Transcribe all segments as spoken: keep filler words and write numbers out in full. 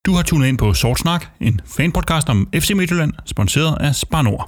Du har tunet ind på Sort Snak, en fanpodcast om F C Midtjylland, sponsoreret af Spar Nord.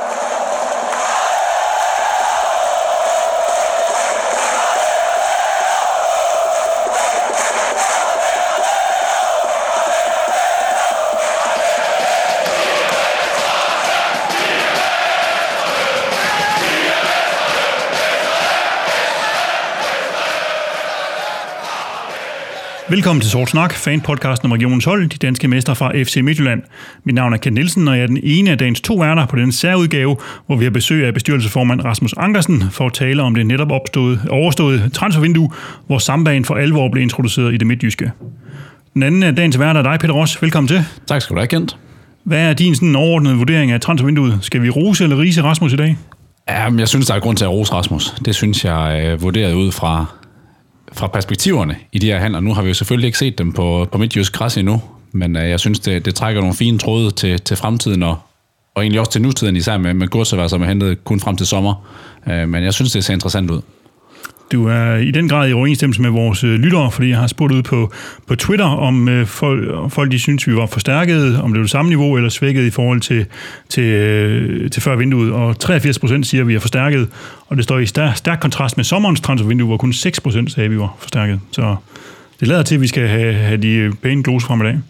Velkommen til Sort Snak, fanpodcasten om regionens hold, de danske mestre fra F C Midtjylland. Mit navn er Kent Nielsen, og jeg er den ene af dagens to værter på denne særudgave, hvor vi har besøg af bestyrelsesformand Rasmus Ankersen for at tale om det netop opstået, overståede transfervindue, hvor Sambaen for alvor blev introduceret i det midtjyske. Den anden af dagens værter er dig, Peter Ross. Velkommen til. Tak skal du have, Kent. Hvad er din sådan overordnede vurdering af transfervinduet? Skal vi rose eller rise Rasmus i dag? Jamen, jeg synes, der er grund til at rose Rasmus. Det synes jeg er vurderet ud fra... fra perspektiverne i de her handler. Nu har vi jo selvfølgelig ikke set dem på, på midtjysk græs endnu, men øh, jeg synes, det, det trækker nogle fine tråde til, til fremtiden, og, og egentlig også til nutiden, især med, med Gudsevær, som er hentet kun frem til sommer. Øh, men jeg synes, det ser interessant ud. Du er i den grad i overensstemmelse med vores øh, lyttere, fordi jeg har spurgt ud på, på Twitter, om øh, folk, folk de synes, vi var forstærket, om det var det samme niveau eller svækket i forhold til, til, øh, til før vinduet. Og treogfirs procent siger, at vi er forstærket, og det står i stærk, stærk kontrast med sommerens transfervindue, hvor kun seks procent sagde, at vi var forstærket. Så det lader til, at vi skal have, have de pæne glose frem i dag.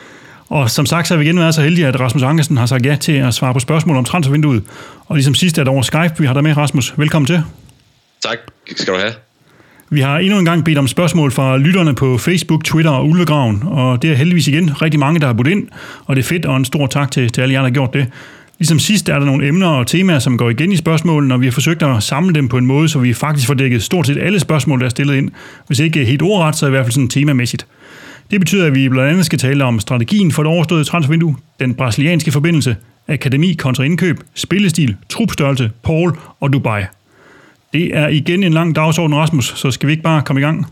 Og som sagt, så har vi igen været så heldige, at Rasmus Ankersen har sagt ja til at svare på spørgsmål om transfervinduet. Og ligesom sidst er det over Skype, vi har dig med, Rasmus. Velkommen til. Tak, skal du have. Vi har endnu en gang bedt om spørgsmål fra lytterne på Facebook, Twitter og Ulvegraven, og det er heldigvis igen rigtig mange, der har budt ind, og det er fedt, og en stor tak til, til alle jer, der har gjort det. Ligesom sidst er der nogle emner og temaer, som går igen i spørgsmålene, og vi har forsøgt at samle dem på en måde, så vi faktisk får dækket stort set alle spørgsmål, der er stillet ind. Hvis ikke helt ordret, så i hvert fald sådan temamæssigt. Det betyder, at vi blandt andet skal tale om strategien for det overståede transfervindue, den brasilianske forbindelse, akademi kontra indkøb, spillestil, trupstørrelse, Paul og Dubai. Det er igen en lang dagsorden, Rasmus, så skal vi ikke bare komme i gang?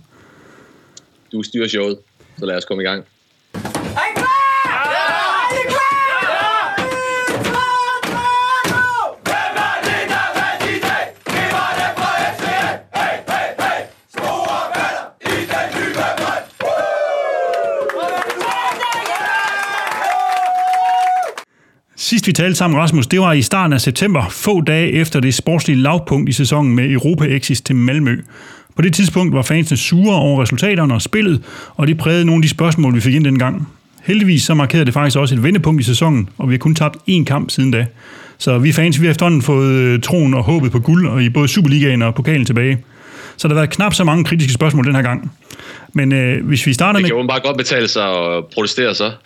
Du styrer showet, så lad os komme i gang. Sidst vi talte sammen, Rasmus, det var i starten af september, få dage efter det sportslige lavpunkt i sæsonen med Europa-Exis til Malmø. På det tidspunkt var fansene sure over resultaterne og spillet, og det prægede nogle af de spørgsmål, vi fik ind dengang. Heldigvis så markerede det faktisk også et vendepunkt i sæsonen, og vi har kun tabt én kamp siden da. Så vi fans, vi har efterhånden fået troen og håbet på guld, og i både Superligaen og pokalen tilbage. Så der har været knap så mange kritiske spørgsmål den her gang. Men øh, hvis vi starter med... Det kan jo bare godt betale sig og protestere så.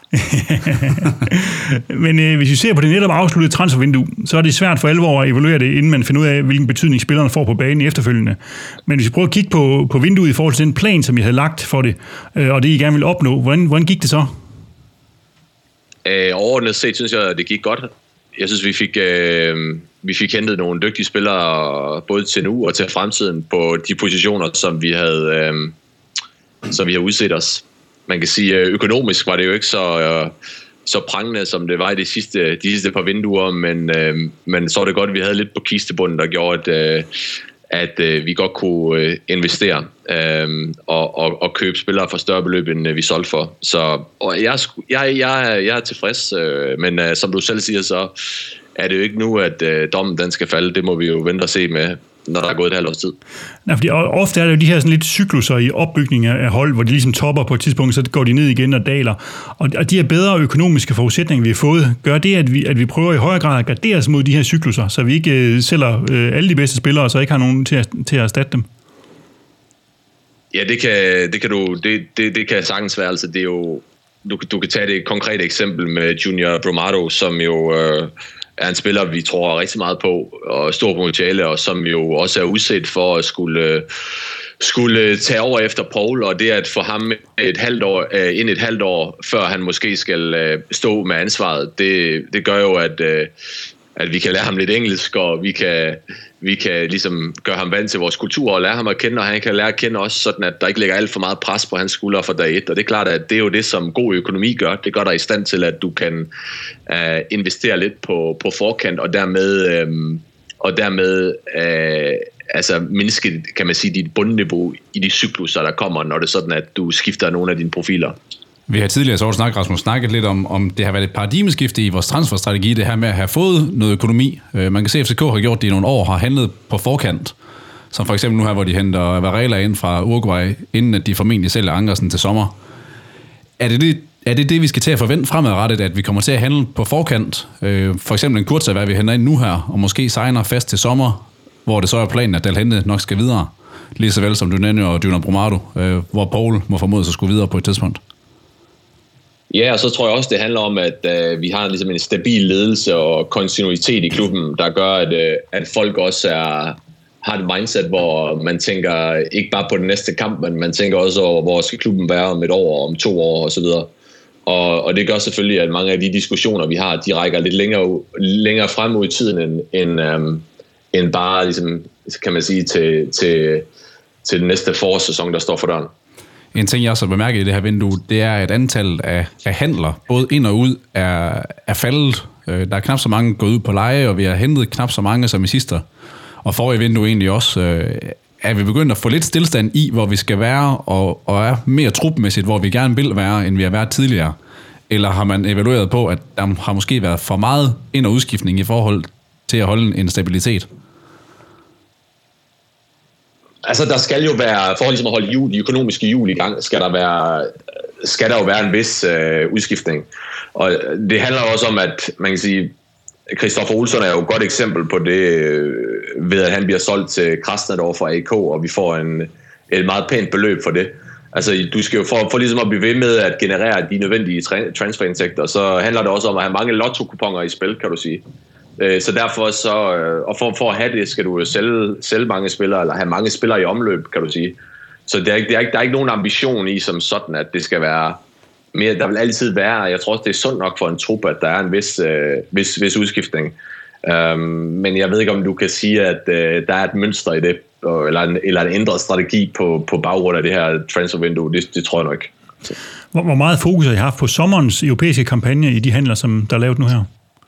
Men øh, hvis vi ser på det netop afsluttede transfervindue, så er det svært for alvor at evaluere det, inden man finder ud af, hvilken betydning spillerne får på banen efterfølgende. Men hvis vi prøver at kigge på, på vinduet i forhold til den plan, som I havde lagt for det, øh, og det I gerne ville opnå, hvordan, hvordan gik det så? Øh, overordnet set synes jeg, at det gik godt. Jeg synes, vi fik, øh, vi fik hentet nogle dygtige spillere, både til nu og til fremtiden, på de positioner, som vi havde... Øh, som vi har udset os. Man kan sige, økonomisk var det jo ikke så, øh, så prangende, som det var i de sidste, de sidste par vinduer, men, øh, men så var det godt, at vi havde lidt på kistebunden, der gjorde, at, øh, at øh, vi godt kunne øh, investere øh, og, og, og købe spillere for større beløb, end øh, vi solgte for. Så og jeg, jeg, jeg, jeg er tilfreds, øh, men øh, som du selv siger, så er det jo ikke nu, at øh, dommen den skal falde. Det må vi jo vente og se med, når der er gået et halvt års tid. Nej, fordi ofte er det jo de her sådan lidt cykluser i opbygningen af hold, hvor de ligesom topper på et tidspunkt, så går de ned igen og daler. Og de her bedre økonomiske forudsætninger, vi har fået, gør det, at vi, at vi prøver i højere grad at gardere os mod de her cykluser, så vi ikke sælger alle de bedste spillere, og så ikke har nogen til at, til at erstatte dem. Ja, det kan, det kan du, det, det, det kan sagtens være. Altså, det er jo, du, du kan tage det et konkret eksempel med Junior Brumado, som jo... Øh, er en spiller, vi tror rigtig meget på, og stor potentiale, og som jo også er udset for at skulle, skulle tage over efter Paul, og det at få ham et halvt år, ind et halvt år, før han måske skal stå med ansvaret, det, det gør jo, at, at vi kan lære ham lidt engelsk, og vi kan, vi kan ligesom gøre ham vant til vores kultur, og lære ham at kende, og han kan lære at kende også, sådan at der ikke ligger alt for meget pres på hans skuldre fra dag et, og det er klart, at det er jo det, som god økonomi gør. Det gør dig i stand til, at du kan uh, investere lidt på, på forkant, og dermed, um, og dermed uh, altså mindske, kan man sige, dit bundniveau i de cykluser, der kommer, når det er sådan, at du skifter nogle af dine profiler. Vi har tidligere så snakket, Rasmus, snakket lidt om, om det har været et paradigmeskifte i vores transferstrategi, det her med at have fået noget økonomi. Man kan se, at F C K har gjort det i nogle år, har handlet på forkant. Som for eksempel nu her, hvor de henter Varela ind fra Uruguay, inden at de formentlig sælger Ankersen til sommer. Er det det, er det, det vi skal til at forvente fremadrettet, at vi kommer til at handle på forkant? For eksempel en Kurza, hvad vi henter ind nu her, og måske signer fast til sommer, hvor det så er planen, at Dalhente nok skal videre. Lige så vel som du nævner, og Junior Brumado, hvor Paul må formodes at skulle videre på et tidspunkt. Ja, og så tror jeg også, det handler om, at uh, vi har ligesom en stabil ledelse og kontinuitet i klubben, der gør, at, uh, at folk også er, har et mindset, hvor man tænker ikke bare på den næste kamp, men man tænker også over, hvor skal klubben være om et år, om to år osv. Og, og det gør selvfølgelig, at mange af de diskussioner, vi har, de rækker lidt længere, længere frem ud i tiden, end, end, um, end bare, ligesom, kan man sige, til, til, til den næste forårssæson, der står for døren. En ting, jeg også har bemærket i det her vindue, det er, at antallet af, af handler, både ind og ud, er, er faldet. Der er knap så mange gået ud på leje, og vi har hentet knap så mange som i sidste. Og forrige vindue egentlig også, er vi begyndt at få lidt stillstand i, hvor vi skal være, og, og er mere trupmæssigt, hvor vi gerne vil være, end vi har været tidligere. Eller har man evalueret på, at der har måske været for meget ind- og udskiftning i forhold til at holde en stabilitet? Altså, der skal jo være, for ligesom at holde jul, de økonomiske jul i gang, skal der, være, skal der jo være en vis øh, udskiftning. Og det handler også om, at man kan sige, Christoffer Olsson er jo et godt eksempel på det, øh, ved at han bliver solgt til Krasnodar fra A K, og vi får en, et meget pænt beløb for det. Altså, du skal jo for, for ligesom at blive ved med at generere de nødvendige transferindtægter, så handler det også om at have mange lotto-kuponer i spil, kan du sige. Så derfor så, og for, for at have det, skal du jo sælge, sælge mange spillere, eller have mange spillere i omløb, kan du sige. Så der er, ikke, der, er ikke, der er ikke nogen ambition i som sådan, at det skal være mere. Der vil altid være, jeg tror også, det er sundt nok for en trup, at der er en vis, øh, vis, vis udskiftning. Um, men jeg ved ikke, om du kan sige, at øh, der er et mønster i det, eller en, eller en ændret strategi på, på baggrund af det her transfervindue. Det, det tror jeg nok. Hvor, hvor meget fokus har I haft på sommerens europæiske kampagne i de handler, som der er lavet nu her?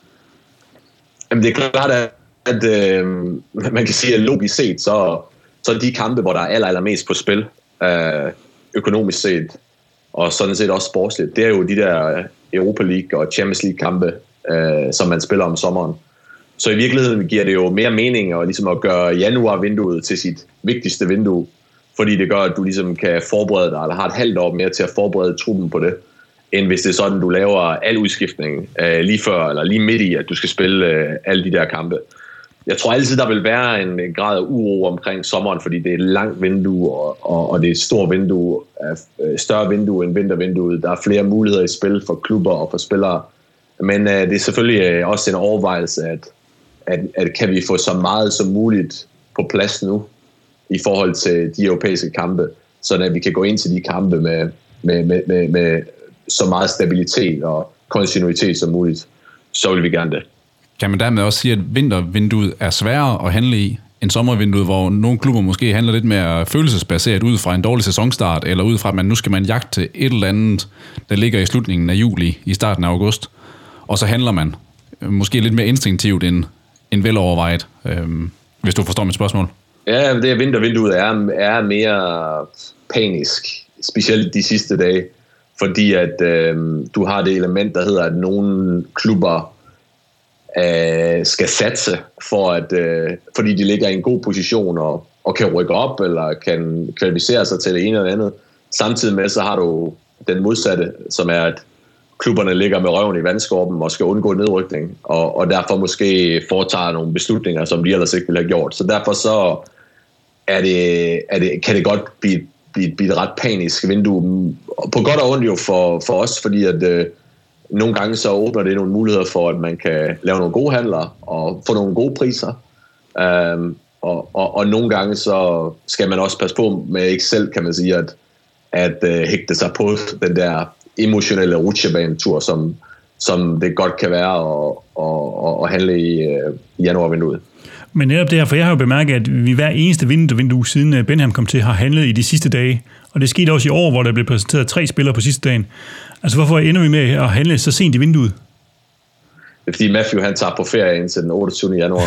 Jamen, det er klart, at, at øh, man kan sige, at logisk set, så, så er de kampe, hvor der er aller, allermest på spil, øh, økonomisk set, og sådan set også sportsligt, det er jo de der Europa League og Champions League kampe, øh, som man spiller om sommeren. Så i virkeligheden giver det jo mere mening at, ligesom at gøre januar-vinduet til sit vigtigste vindue, fordi det gør, at du ligesom kan forberede dig, eller har et halvt år mere til at forberede truppen på det, end hvis det er sådan, du laver al udskiftning øh, lige før, eller lige midt i, at du skal spille øh, alle de der kampe. Jeg tror altid, der vil være en, en grad af uro omkring sommeren, fordi det er et langt vindue, og, og, og det er et stort vindue, øh, større vindue end vintervinduet. Der er flere muligheder i spil for klubber og for spillere. Men øh, det er selvfølgelig øh, også en overvejelse, at, at, at kan vi få så meget som muligt på plads nu, i forhold til de europæiske kampe, så at vi kan gå ind til de kampe med, med, med, med, med så meget stabilitet og kontinuitet som muligt, så vil vi gerne det. Kan man dermed også sige, at vintervinduet er sværere at handle i end sommervinduet, hvor nogle klubber måske handler lidt mere følelsesbaseret ud fra en dårlig sæsonstart, eller ud fra, at man nu skal man jagte et eller andet, der ligger i slutningen af juli, i starten af august, og så handler man måske lidt mere instinktivt end, end velovervejet, øhm, hvis du forstår mit spørgsmål. Ja, det vintervinduet er, er mere panisk, specielt de sidste dage, fordi at øh, du har det element, der hedder, at nogle klubber øh, skal satse, for at, øh, fordi de ligger i en god position og, og kan rykke op, eller kan kvalificere sig til det ene eller andet. Samtidig med, så har du den modsatte, som er, at klubberne ligger med røven i vandskorben og skal undgå nedrykning, og, og derfor måske foretager nogle beslutninger, som de ellers ikke ville have gjort. Så derfor så er det, er det, kan det godt blive Blive, blive et ret panisk vindue. På godt og ondt jo for, for os, fordi at øh, nogle gange så åbner det nogle muligheder for, at man kan lave nogle gode handler og få nogle gode priser. Um, og, og, og nogle gange så skal man også passe på med ikke selv, kan man sige, at, at øh, hægte sig på den der emotionelle rutsjebanetur, som, som det godt kan være at, at, at handle i, øh, i januarvinduet. Men netop det her, for jeg har jo bemærket, at vi hver eneste vintervindue siden Benham kom til, har handlet i de sidste dage. Og det skete også i år, hvor der blev præsenteret tre spillere på sidste dagen. Altså hvorfor ender vi med at handle så sent i vinduet? Det er fordi Matthew han tager på ferie indtil den otteogtyvende januar.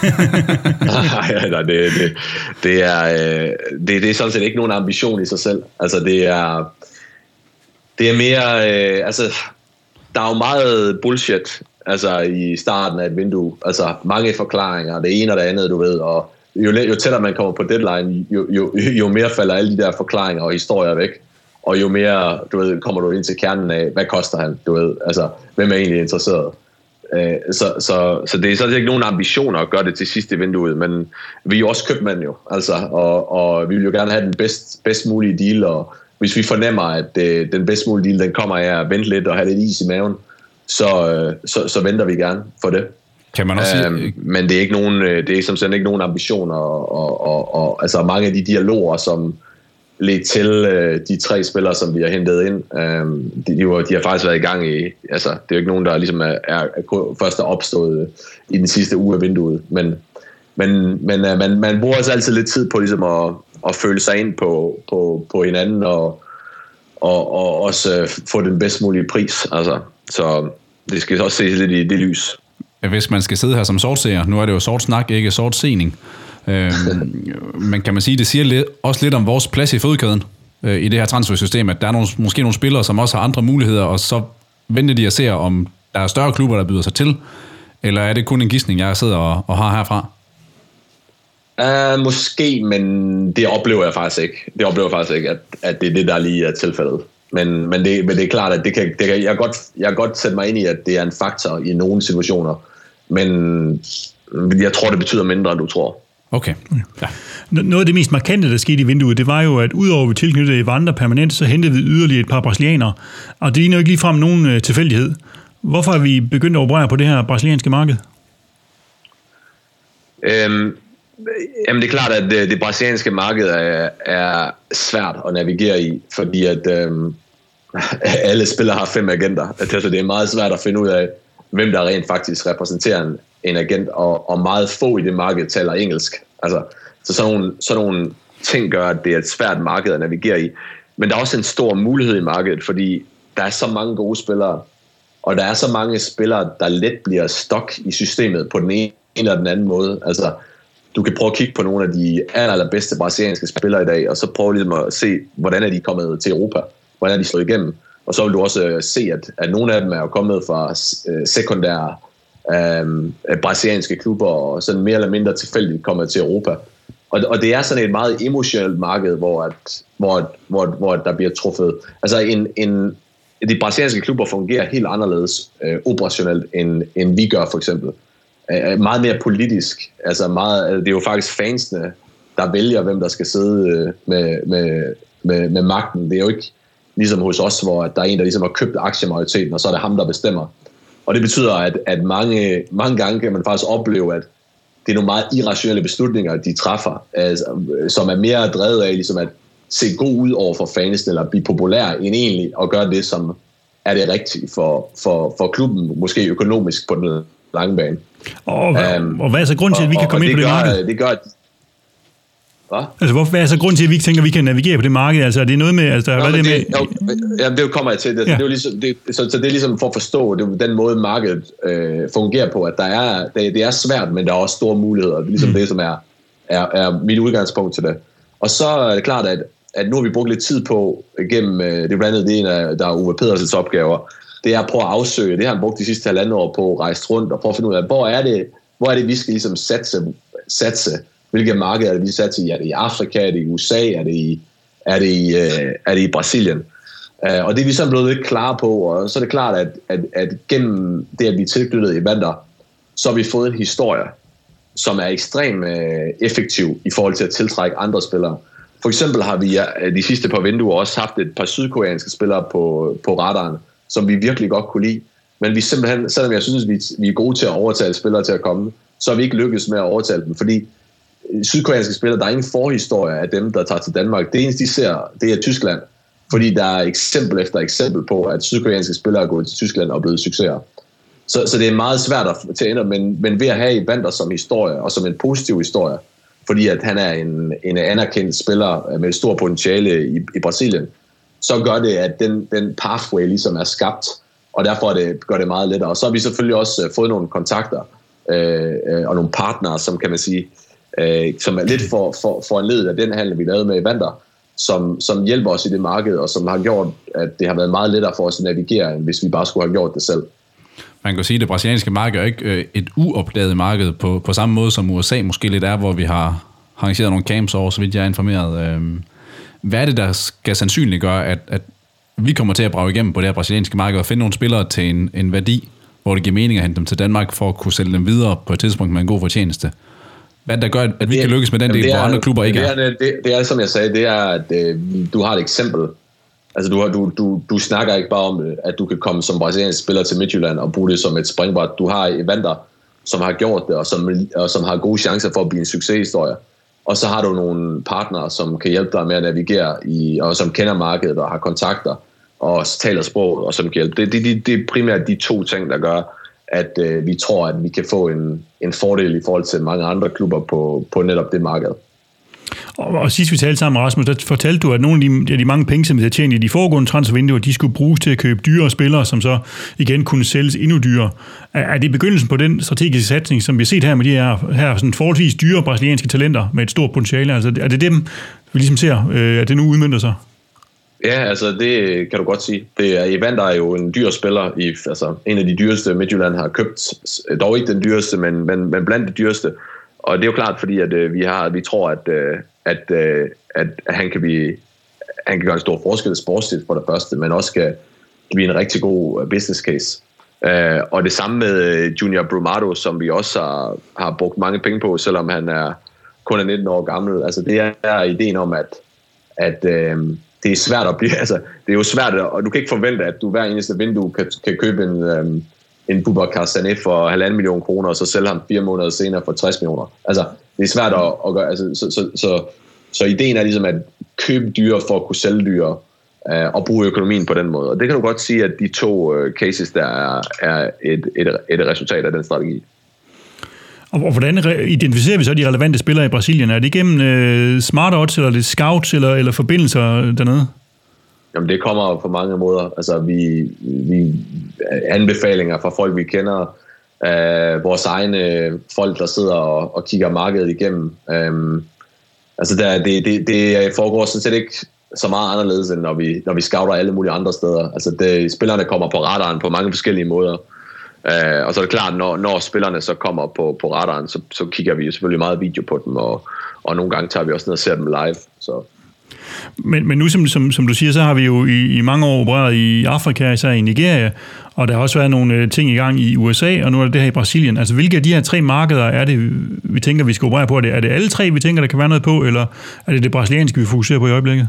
nej, nej, det, det, det, er, det, det er sådan set ikke nogen ambition i sig selv. Altså det er... Det er mere, øh, altså, der er jo meget bullshit, altså i starten af et vindue. Altså mange forklaringer, det ene og det andet, du ved, og jo, jo tættere man kommer på deadline, jo, jo, jo mere falder alle de der forklaringer og historier væk. Og jo mere, du ved, kommer du ind til kernen af, hvad koster han, du ved, altså, hvem er egentlig interesseret. Så, så, så det er sådan ikke nogen ambitioner at gøre det til sidste vinduet, men vi er jo også købmænd jo, altså, og, og vi vil jo gerne have den bedst, bedst mulige deal, og hvis vi fornemmer, at det, den bedst mulige deal, den kommer af at vente lidt og have lidt is i maven, så, så, så venter vi gerne for det. Kan man også øhm, sige... Men det er ikke nogen, det er som sådan ikke nogen ambitioner, og, og, og altså mange af de dialoger, som lidt til øh, de tre spillere, som vi har hentet ind. Øhm, de, de, var, de har faktisk været i gang i, altså det er jo ikke nogen, der ligesom er, er, er først er opstået i den sidste uge af vinduet, men, men, men øh, man, man bruger også altid lidt tid på ligesom at, at føle sig ind på, på, på hinanden, og, og, og også øh, få den bedst mulige pris, altså, så det skal også ses lidt i det lys. Hvis man skal sidde her som sortseer, nu er det jo sort snak, ikke sort sening, øhm, men kan man sige, det siger lidt, også lidt om vores plads i fodkæden øh, i det her transfersystem, at der er nogle, måske nogle spillere, som også har andre muligheder, og så venter de at se, om der er større klubber, der byder sig til, eller er det kun en gidsning, jeg sidder og, og har herfra? Uh, måske, men det oplever jeg faktisk ikke. Det oplever jeg faktisk ikke, at, at det er det, der lige er tilfældet. Men, men, det, men det er klart, at det kan, det kan, jeg, kan godt, jeg kan godt sætte mig ind i, at det er en faktor i nogle situationer, men jeg tror, det betyder mindre, end du tror. Okay. Ja. Noget af det mest markante, der skete i vinduet, det var jo, at udover at vi tilknyttede Evander permanent, så hentede vi yderligere et par brasilianere, og det ligner jo ikke ligefrem nogen øh, tilfældighed. Hvorfor er vi begyndt at operere på det her brasilianske marked? Øhm, jamen det er klart, at det, det brasilianske marked er, er svært at navigere i, fordi at øhm, alle spillere har fem agenter. Altså det er meget svært at finde ud af, hvem der rent faktisk repræsenterer en, en agent, og, og meget få i det marked taler engelsk. Altså, så sådan nogle, sådan nogle ting gør, at det er et svært marked at navigere i. Men der er også en stor mulighed i markedet, fordi der er så mange gode spillere, og der er så mange spillere, der let bliver stok i systemet på den ene eller den anden måde. Altså, du kan prøve at kigge på nogle af de aller, allerbedste brasilianske spillere i dag, og så prøve ligesom at se, hvordan er de kommet til Europa, hvordan er de slået igennem. Og så vil du også se, at, at nogle af dem er jo kommet fra øh, sekundære øh, brasilianske klubber, og sådan mere eller mindre tilfældigt kommet til Europa. Og, og det er sådan et meget emotionelt marked, hvor, at, hvor, hvor, hvor der bliver truffet. Altså en, en, de brasilianske klubber fungerer helt anderledes øh, operationelt, end, end vi gør for eksempel. Øh, meget mere politisk. Altså meget, det er jo faktisk fansene, der vælger, hvem der skal sidde med, med, med, med magten. Det er jo ikke ligesom hos os, hvor der er en, der ligesom har købt aktiemajoriteten, og så er det ham, der bestemmer. Og det betyder, at, at mange, mange gange kan man faktisk opleve, at det er nogle meget irrationelle beslutninger, de træffer, altså, som er mere drevet af ligesom at se god ud over for fans, eller blive populær end egentlig, og gøre det, som er det rigtige for, for, for klubben, måske økonomisk på den lange bane. Og, um, og hvad er så grund til, at vi kan komme ind på det marked? Det gør, Hvad? Altså, hvorfor, hvad er så grund til, at vi ikke tænker, at vi kan navigere på det marked? Altså, er det noget med... Altså, Nå, hvad er det, det med? Jo, ja, det kommer jeg til. Det, ja. det er jo ligesom, det, så, så det er ligesom for at forstå det, den måde, markedet øh, fungerer på, at der er, det, det er svært, men der er også store muligheder. Det er ligesom mm. det, som er, er, er mit udgangspunkt til det. Og så er det klart, at, at nu har vi brugt lidt tid på, gennem, det er blandt andet det, en af, der er Uwe Pedersens opgaver, det er at prøve at afsøge. Det har han brugt de sidste halvandet år på at rejse rundt og prøve at finde ud af, hvor er det, hvor er det vi skal ligesom satse, satse hvilke markeder er det, vi satser i? Er det i Afrika? Er det i U S A? Er det i, er det i, uh, er det i Brasilien? Uh, og det er vi så blevet lidt klare på, og så er det klart, at, at, at gennem det, at vi er tilknyttet Evander, så har vi fået en historie, som er ekstremt uh, effektiv i forhold til at tiltrække andre spillere. For eksempel har vi uh, de sidste par vinduer også haft et par sydkoreanske spillere på, på radaren, som vi virkelig godt kunne lide. Men vi simpelthen, selvom jeg synes, at vi, vi er gode til at overtale spillere til at komme, så har vi ikke lykkedes med at overtale dem, fordi sydkoreanske spillere, der er ingen forhistorie af dem, der tager til Danmark. Det eneste, de ser, det er Tyskland. Fordi der er eksempel efter eksempel på, at sydkoreanske spillere er gået til Tyskland og blevet succeser. Så, så det er meget svært at til ende, men, men ved at have Evander som historie, og som en positiv historie, fordi at han er en, en anerkendt spiller med et stort potentiale i, i Brasilien, så gør det, at den, den pathway ligesom er skabt, og derfor er det, gør det meget lettere. Og så har vi selvfølgelig også fået nogle kontakter øh, og nogle partnere, som kan man sige, Øh, som er lidt for, for, for en led af den handel, vi lavede med Evander, som, som hjælper os i det marked, og som har gjort, at det har været meget lettere for os at navigere, end hvis vi bare skulle have gjort det selv. Man kan sige, at det brasilianske marked er ikke et uopdaget marked på, på samme måde som U S A måske lidt er, hvor vi har arrangeret nogle camps over, så vidt jeg er informeret. Hvad er det, der skal sandsynligt gøre, at, at vi kommer til at brage igennem på det her brasilianske marked og finde nogle spillere til en, en værdi, hvor det giver mening at hente dem til Danmark for at kunne sælge dem videre på et tidspunkt med en god fortjeneste? Hvad der gør, at vi det, kan lykkes med den del, hvor andre klubber ikke er? Det er, det, det er, som jeg sagde, det er, at øh, du har et eksempel. Altså, du, har, du, du, du snakker ikke bare om, at du kan komme som brasiliansk spiller til Midtjylland og bruge det som et springbræt. Du har Evander, som har gjort det, og som, og som har gode chancer for at blive en succeshistorie. Og så har du nogle partnere, som kan hjælpe dig med at navigere, i, og som kender markedet og har kontakter, og taler sproget, og som kan hjælpe. Det, det, det, det er primært de to ting, der gør, at øh, vi tror, at vi kan få en, en fordel i forhold til mange andre klubber på, på netop det marked. Og, og sidst vi talte sammen, Rasmus, der fortalte du, at nogle af de, ja, de mange penge, som vi havde tjent i de foregående transfervinduer, de skulle bruges til at købe dyre spillere, som så igen kunne sælges endnu dyrere. Er, er det begyndelsen på den strategiske satsning, som vi har set her med de her, her sådan forholdsvis dyre brasilianske talenter med et stort potentiale? Altså, er det dem, vi ligesom ser, øh, at det nu udmønter sig? Ja, altså det kan du godt sige. Det er, Evander er jo en dyr spiller, i, altså en af de dyreste Midtjylland har købt, dog ikke den dyreste, men, men, men blandt de dyreste. Og det er jo klart, fordi at, øh, vi, har, vi tror, at, øh, at, øh, at han, kan blive, han kan gøre en stor forskel sportsligt for det første, men også kan blive en rigtig god business case. Uh, og det samme med Junior Brumado, som vi også har, har brugt mange penge på, selvom han er kun er nitten år gammel. Altså det er ideen om, at, at øh, det er svært at blive, altså det er jo svært, og du kan ikke forvente, at du hver eneste vindue kan, kan købe en, øhm, en Boubacar Sané for halvanden million kroner, og så sælge ham fire måneder senere for tres millioner. Altså, det er svært at, at gøre, altså, så, så, så, så ideen er ligesom at købe dyre for at kunne sælge dyre, øh, og bruge økonomien på den måde. Og det kan du godt sige, at de to øh, cases der er, er et, et, et resultat af den strategi. Og hvordan identificerer vi så de relevante spillere i Brasilien? Er det gennem øh, smart odds, eller det scouts, eller, eller forbindelser dernede? Jamen, det kommer på mange måder. Altså, vi, vi anbefalinger fra folk, vi kender, øh, vores egne folk, der sidder og, og kigger markedet igennem. Øh, altså, der, det, det, det foregår sådan set ikke så meget anderledes, end når vi, når vi scouter alle mulige andre steder. Altså, det, spillerne kommer på radaren på mange forskellige måder. Uh, og så er det klart, når, når spillerne så kommer på, på radaren, så, så kigger vi selvfølgelig meget video på dem, og, og nogle gange tager vi også ned og ser dem live. Så. Men, men nu, som, som, som du siger, så har vi jo i, i mange år opereret i Afrika, især i Nigeria, og der har også været nogle ting i gang i U S A, og nu er det det her i Brasilien. Altså, hvilke af de her tre markeder er det, vi tænker, vi skal operere på? Er det, er det alle tre, vi tænker, der kan være noget på, eller er det det brasilianske, vi fokuserer på i øjeblikket?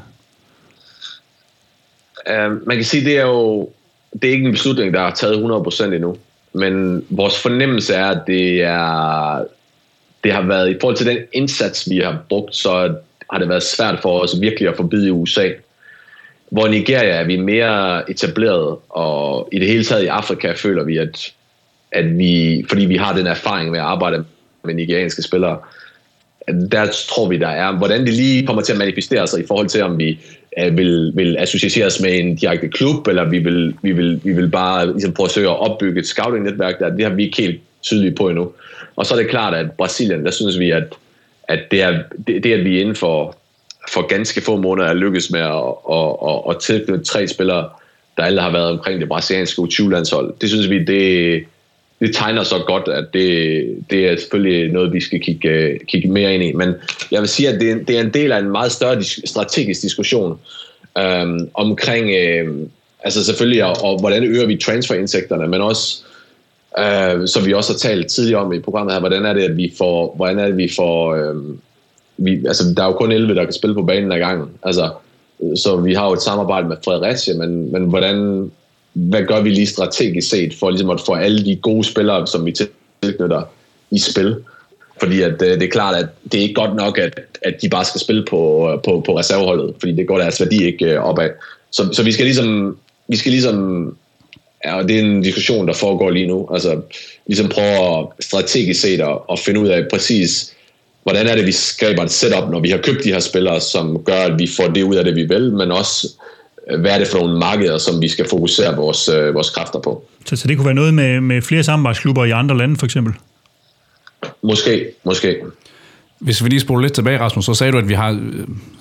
Uh, man kan sige, det er jo det er ikke en beslutning, der er taget hundrede procent endnu. Men vores fornemmelse er, at det, er, det har været, i forhold til den indsats, vi har brugt, så har det været svært for os virkelig at forbide i U S A. Hvor Nigeria er vi mere etableret, og i det hele taget i Afrika føler vi, at, at vi, fordi vi har den erfaring med at arbejde med nigerianske spillere, der tror vi, der er, hvordan det lige kommer til at manifestere sig i forhold til, om vi vil, vil associeres med en direkte klub, eller vi vil, vi vil, vi vil bare ligesom forsøge at opbygge et scouting-netværk der. Det har vi ikke helt tydeligt på endnu. Og så er det klart, at Brasilien, der synes vi, at, at det, er, det, det, at vi inden for, for ganske få måneder er lykkes med at, at, at, at tilknytte tre spillere, der alle har været omkring det brasilianske U tyve-landshold. Det synes vi, det, det tegner så godt, at det, det er selvfølgelig noget, vi skal kigge, kigge mere ind i. Men jeg vil sige, at det, det er en del af en meget større strategisk diskussion øhm, omkring, øhm, altså selvfølgelig, og, og hvordan øger vi transferindtægterne, men også, øh, som vi også har talt tidligere om i programmet her, hvordan er det, at vi får, hvordan er det, vi får, øhm, vi, altså der er jo kun elleve, der kan spille på banen ad gangen, altså, så vi har jo et samarbejde med Fredericia, men, men hvordan, hvad gør vi lige strategisk set for ligesom at få alle de gode spillere, som vi tilknytter, i spil? Fordi at, det er klart, at det er ikke godt nok, at, at de bare skal spille på, på, på reserveholdet, fordi det går deres værdi ikke opad. Så, så vi skal ligesom, vi skal ligesom, ja, og det er en diskussion, der foregår lige nu, altså ligesom prøve at strategisk set at, at finde ud af præcis, hvordan er det, vi skaber et setup, når vi har købt de her spillere, som gør, at vi får det ud af det, vi vil, men også hvad er det for nogle markeder, som vi skal fokusere vores, øh, vores kræfter på. Så, så det kunne være noget med, med flere samarbejdsklubber i andre lande, for eksempel? Måske, måske. Hvis vi lige spoler lidt tilbage, Rasmus, så sagde du, at vi har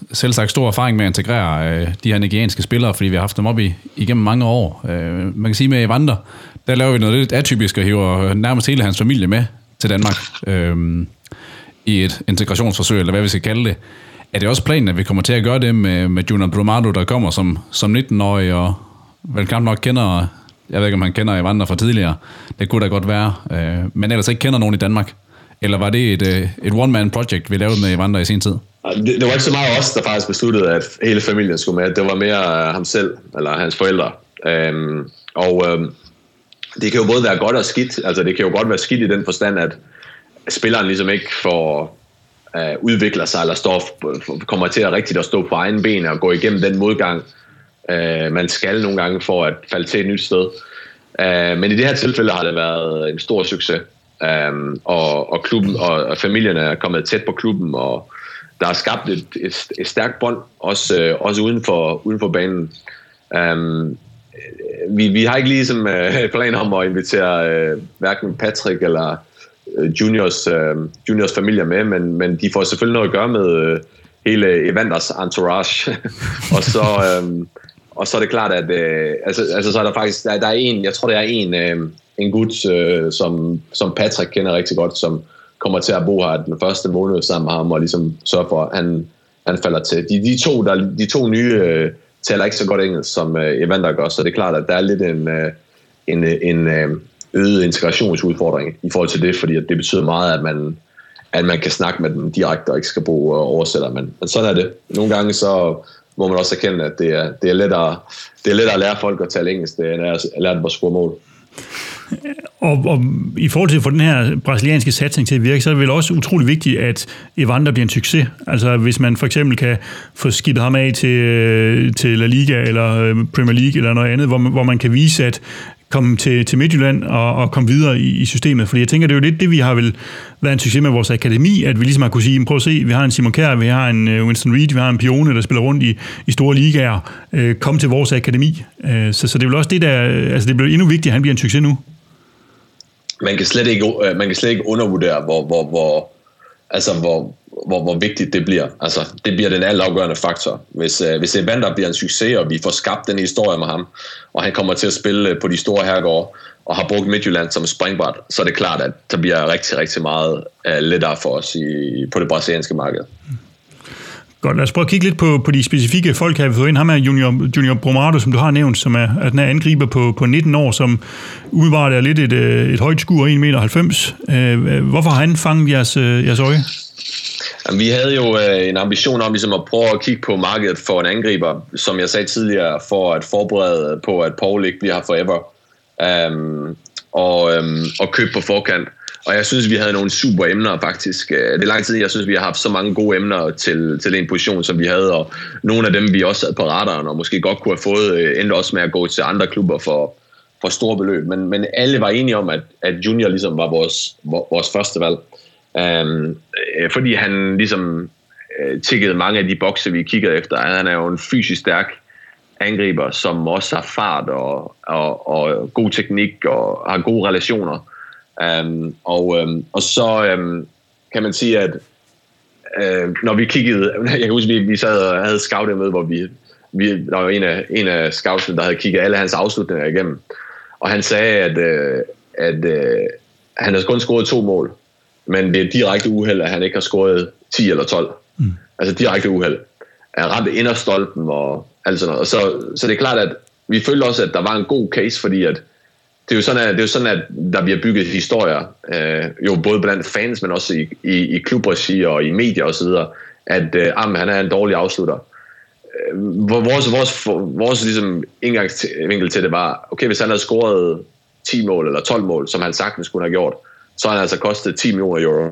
selv sagt stor erfaring med at integrere øh, de her nigerianske spillere, fordi vi har haft dem op i, igennem mange år. Øh, man kan sige med Evander, der laver vi noget lidt atypisk og hiver nærmest hele hans familie med til Danmark øh, i et integrationsforsøg, eller hvad vi skal kalde det. Er det også planen, at vi kommer til at gøre det med, med Junior Brumado, der kommer som, som nitten-årig, og vel knap nok kender, jeg ved ikke, om han kender Evander fra tidligere, det kunne da godt være, øh, men ellers ikke kender nogen i Danmark? Eller var det et, et one-man-project, vi lavede med Evander i sin tid? Det, det var ikke så meget os, der faktisk besluttede, at hele familien skulle med. Det var mere ham selv, eller hans forældre. Øhm, og øhm, det kan jo både være godt og skidt. Altså det kan jo godt være skidt i den forstand, at spilleren ligesom ikke får øh, udvikler sig, eller står, kommer til at rigtigt at stå på egen ben og gå igennem den modgang, øh, man skal nogle gange for at falde til et nyt sted. Øh, men i det her tilfælde har det været en stor succes. Um, og, og klubben og, og familien er kommet tæt på klubben, og der er skabt et, et, et stærkt bånd også, øh, også uden for, uden for banen. Um, vi, vi har ikke ligesom uh, planer om at invitere uh, hverken Patrick eller uh, Juniors, uh, Juniors familie med, men, men de får selvfølgelig noget at gøre med uh, hele Evanders entourage. og så um, og så er det klart, at uh, altså, altså så er der faktisk der, der er en, jeg tror det er en uh, en gut, øh, som, som Patrick kender rigtig godt, som kommer til at bo her den første måned sammen med ham, og ligesom sørge for, at han, han falder til. De, de, to, der, de to nye øh, taler ikke så godt engelsk, som øh, Evander gør, så det er klart, at der er lidt en, øh, en, en øh, øget integrationsudfordring i forhold til det, fordi at det betyder meget, at man, at man kan snakke med dem direkte, og ikke skal bo og oversætter. Men, men sådan er det. Nogle gange så må man også erkende, at det er, det er, lettere, det er lettere at lære folk at tale engelsk, end at lære dem at score mål. Og, og i forhold til at få den her brasilianske satsning til at virke, så er det vel også utrolig vigtigt, at Evander bliver en succes. Altså hvis man for eksempel kan få skibet ham af til, til La Liga eller Premier League eller noget andet, hvor man, hvor man kan vise, at komme til, til Midtjylland og, og komme videre i, i systemet. Fordi jeg tænker, det er jo lidt det, vi har vel været en succes med vores akademi, at vi ligesom har kunne sige, prøv at se, vi har en Simon Kjær, vi har en Winston Reed, vi har en Pione, der spiller rundt i, i store ligaer. Øh, kom til vores akademi. Øh, så, så det er vel også det, der, altså det bliver endnu vigtigt, at han bliver en succes nu. Man kan slet ikke, man kan slet ikke undervurdere, hvor, hvor, hvor, altså hvor, hvor, hvor vigtigt det bliver. Altså, det bliver den altafgørende faktor. Hvis, uh, hvis Evander bliver en succes, og vi får skabt den historie med ham, og han kommer til at spille på de store herregårde, og har brugt Midtjylland som springbræt, så er det klart, at der bliver rigtig, rigtig meget uh, lettere for os i, på det brasilianske marked. Godt, lad os prøve at kigge lidt på, på de specifikke folk her. Vi får ind ham her, Junior, Junior Brumado, som du har nævnt, som er, er den her angriber på, på nitten år, som umiddelbart er lidt et, et højt skur, en komma halvfems meter. Hvorfor har han fanget jeres, jeres øje? Jamen, vi havde jo øh, en ambition om ligesom at prøve at kigge på markedet for en angriber, som jeg sagde tidligere, for at forberede på, at Paul ikke bliver her forever, um, og, um, og købe på forkant. Og jeg synes, vi havde nogle super emner faktisk. Det er lang tid, jeg synes, vi har haft så mange gode emner til, til en position, som vi havde, og nogle af dem, vi også havde på radaren, og måske godt kunne have fået, endte også med at gå til andre klubber for, for store beløb. Men, men alle var enige om, at, at Junior ligesom var vores, vores første valg. Um, fordi han ligesom uh, tikkede mange af de bokse, vi kiggede efter. Han er jo en fysisk stærk angriber, som også har fart og, og, og god teknik og har gode relationer. Um, og, um, og så um, kan man sige, at uh, når vi kiggede, jeg kan huske, vi, vi sad og havde scoutet med, hvor vi, vi der var en af, en af scoutene, der havde kigget alle hans afslutninger igennem, og han sagde, at, uh, at uh, han havde kun scoret to mål, men det er direkte uheld, at han ikke har scoret ti eller tolv. Mm. Altså direkte uheld. Han ramte inderstolpen og alt sådan noget. Og så, så det er klart, at vi følte også, at der var en god case, fordi at det er jo sådan, at, det er jo sådan, at der bliver bygget historier, øh, jo både blandt fans, men også i, i, i klubregi og i medier og så videre, at øh, ah, han er en dårlig afslutter. Øh, vores vores, vores ligesom, indgangsvinkel til det var, okay, hvis han havde scoret ti mål eller tolv mål, som han sagtens kunne have gjort, så har han altså kostet ti millioner euro.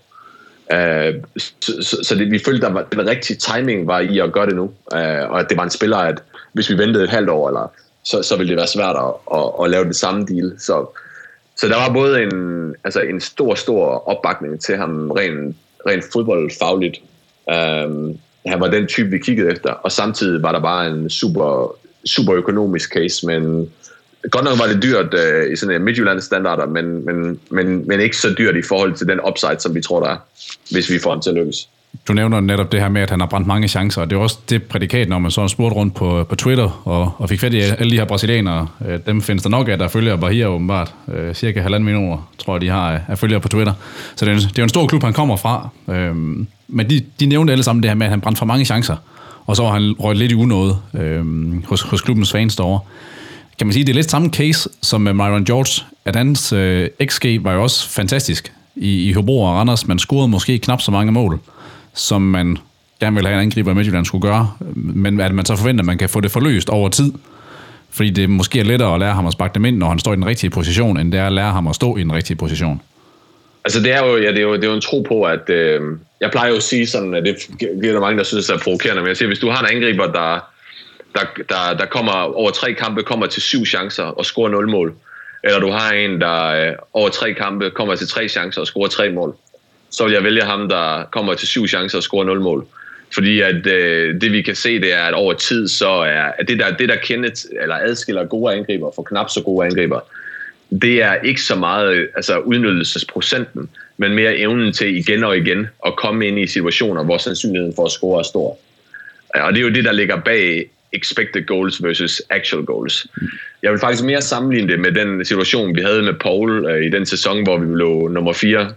Øh, så så, så det, vi følte, at den rigtige timing var i at gøre det nu, øh, og at det var en spiller, at hvis vi ventede et halvt år, eller Så, så ville det være svært at, at, at lave det samme deal. Så, så der var både en, altså en stor, stor opbakning til ham rent, rent fodboldfagligt. Um, han var den type, vi kiggede efter. Og samtidig var der bare en super, super økonomisk case. Men godt nok var det dyrt uh, i sådan en Midtjylland-standarder, men, men, men, men ikke så dyrt i forhold til den upside, som vi tror, der er, hvis vi får ham til at lykkes. Du nævner netop det her med, at han har brændt mange chancer, og det er også det prædikat, når man så spurgte rundt på, på Twitter, og, og fik fat i alle de her brasilianere. Dem findes der nok af, der følger Bahia åbenbart. Cirka halvanden millioner, tror jeg, de har af følgere på Twitter. Så det er, en, det er en stor klub, han kommer fra. Øhm, men de, de nævnte alle sammen det her med, at han brændte for mange chancer, og så var han røget lidt i unåde øhm, hos, hos klubbens fans derovre. Kan man sige, det er lidt samme case som med Myron George, at hans øh, X G var jo også fantastisk i, i Hobro og Randers. Man scorede måske knap så mange mål, som man gerne vil have en angriber i Midtjylland skulle gøre, men at man så forventer, at man kan få det forløst over tid, fordi det måske er lettere at lære ham at sparke dem ind, når han står i den rigtige position, end det er at lære ham at stå i den rigtige position. Altså det er jo, ja, det er jo, det er jo en tro på, at øh, jeg plejer jo at sige sådan, at det er der mange, der synes er provokerende, men jeg siger, hvis du har en angriber, der, der, der, der kommer over tre kampe, kommer til syv chancer og scorer nul mål, eller du har en, der øh, over tre kampe kommer til tre chancer og scorer tre mål, så vil jeg vælge ham, der kommer til syv chancer og scorer nul mål. Fordi at øh, det vi kan se, det er, at over tid, så er at det der, det der kendet, eller adskiller gode angriber for knap så gode angriber, det er ikke så meget altså udnyttelsesprocenten, men mere evnen til igen og igen at komme ind i situationer, hvor sandsynligheden for at score er stor. Og det er jo det, der ligger bag expected goals versus actual goals. Jeg vil faktisk mere sammenligne det med den situation, vi havde med Paul øh, i den sæson, hvor vi lå nummer fire,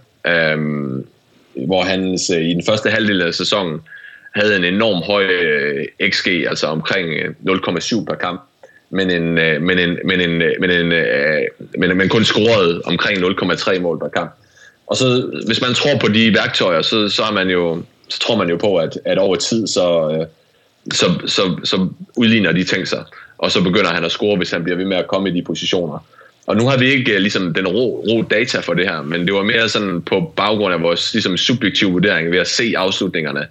øh, hvor han øh, i den første halvdel af sæsonen havde en enorm høj øh, X G, altså omkring nul komma syv per kamp, men en øh, men en men en men en øh, men man kun scorede omkring nul komma tre mål per kamp. Og så hvis man tror på de værktøjer, så så er man jo så tror man jo på at at over tid så øh, så så så udligner de ting sig, og så begynder han at score, hvis han bliver ved med at komme i de positioner. Og nu har vi ikke ligesom den rå, rå data for det her, men det var mere sådan på baggrund af vores ligesom subjektive vurdering ved at se afslutningerne,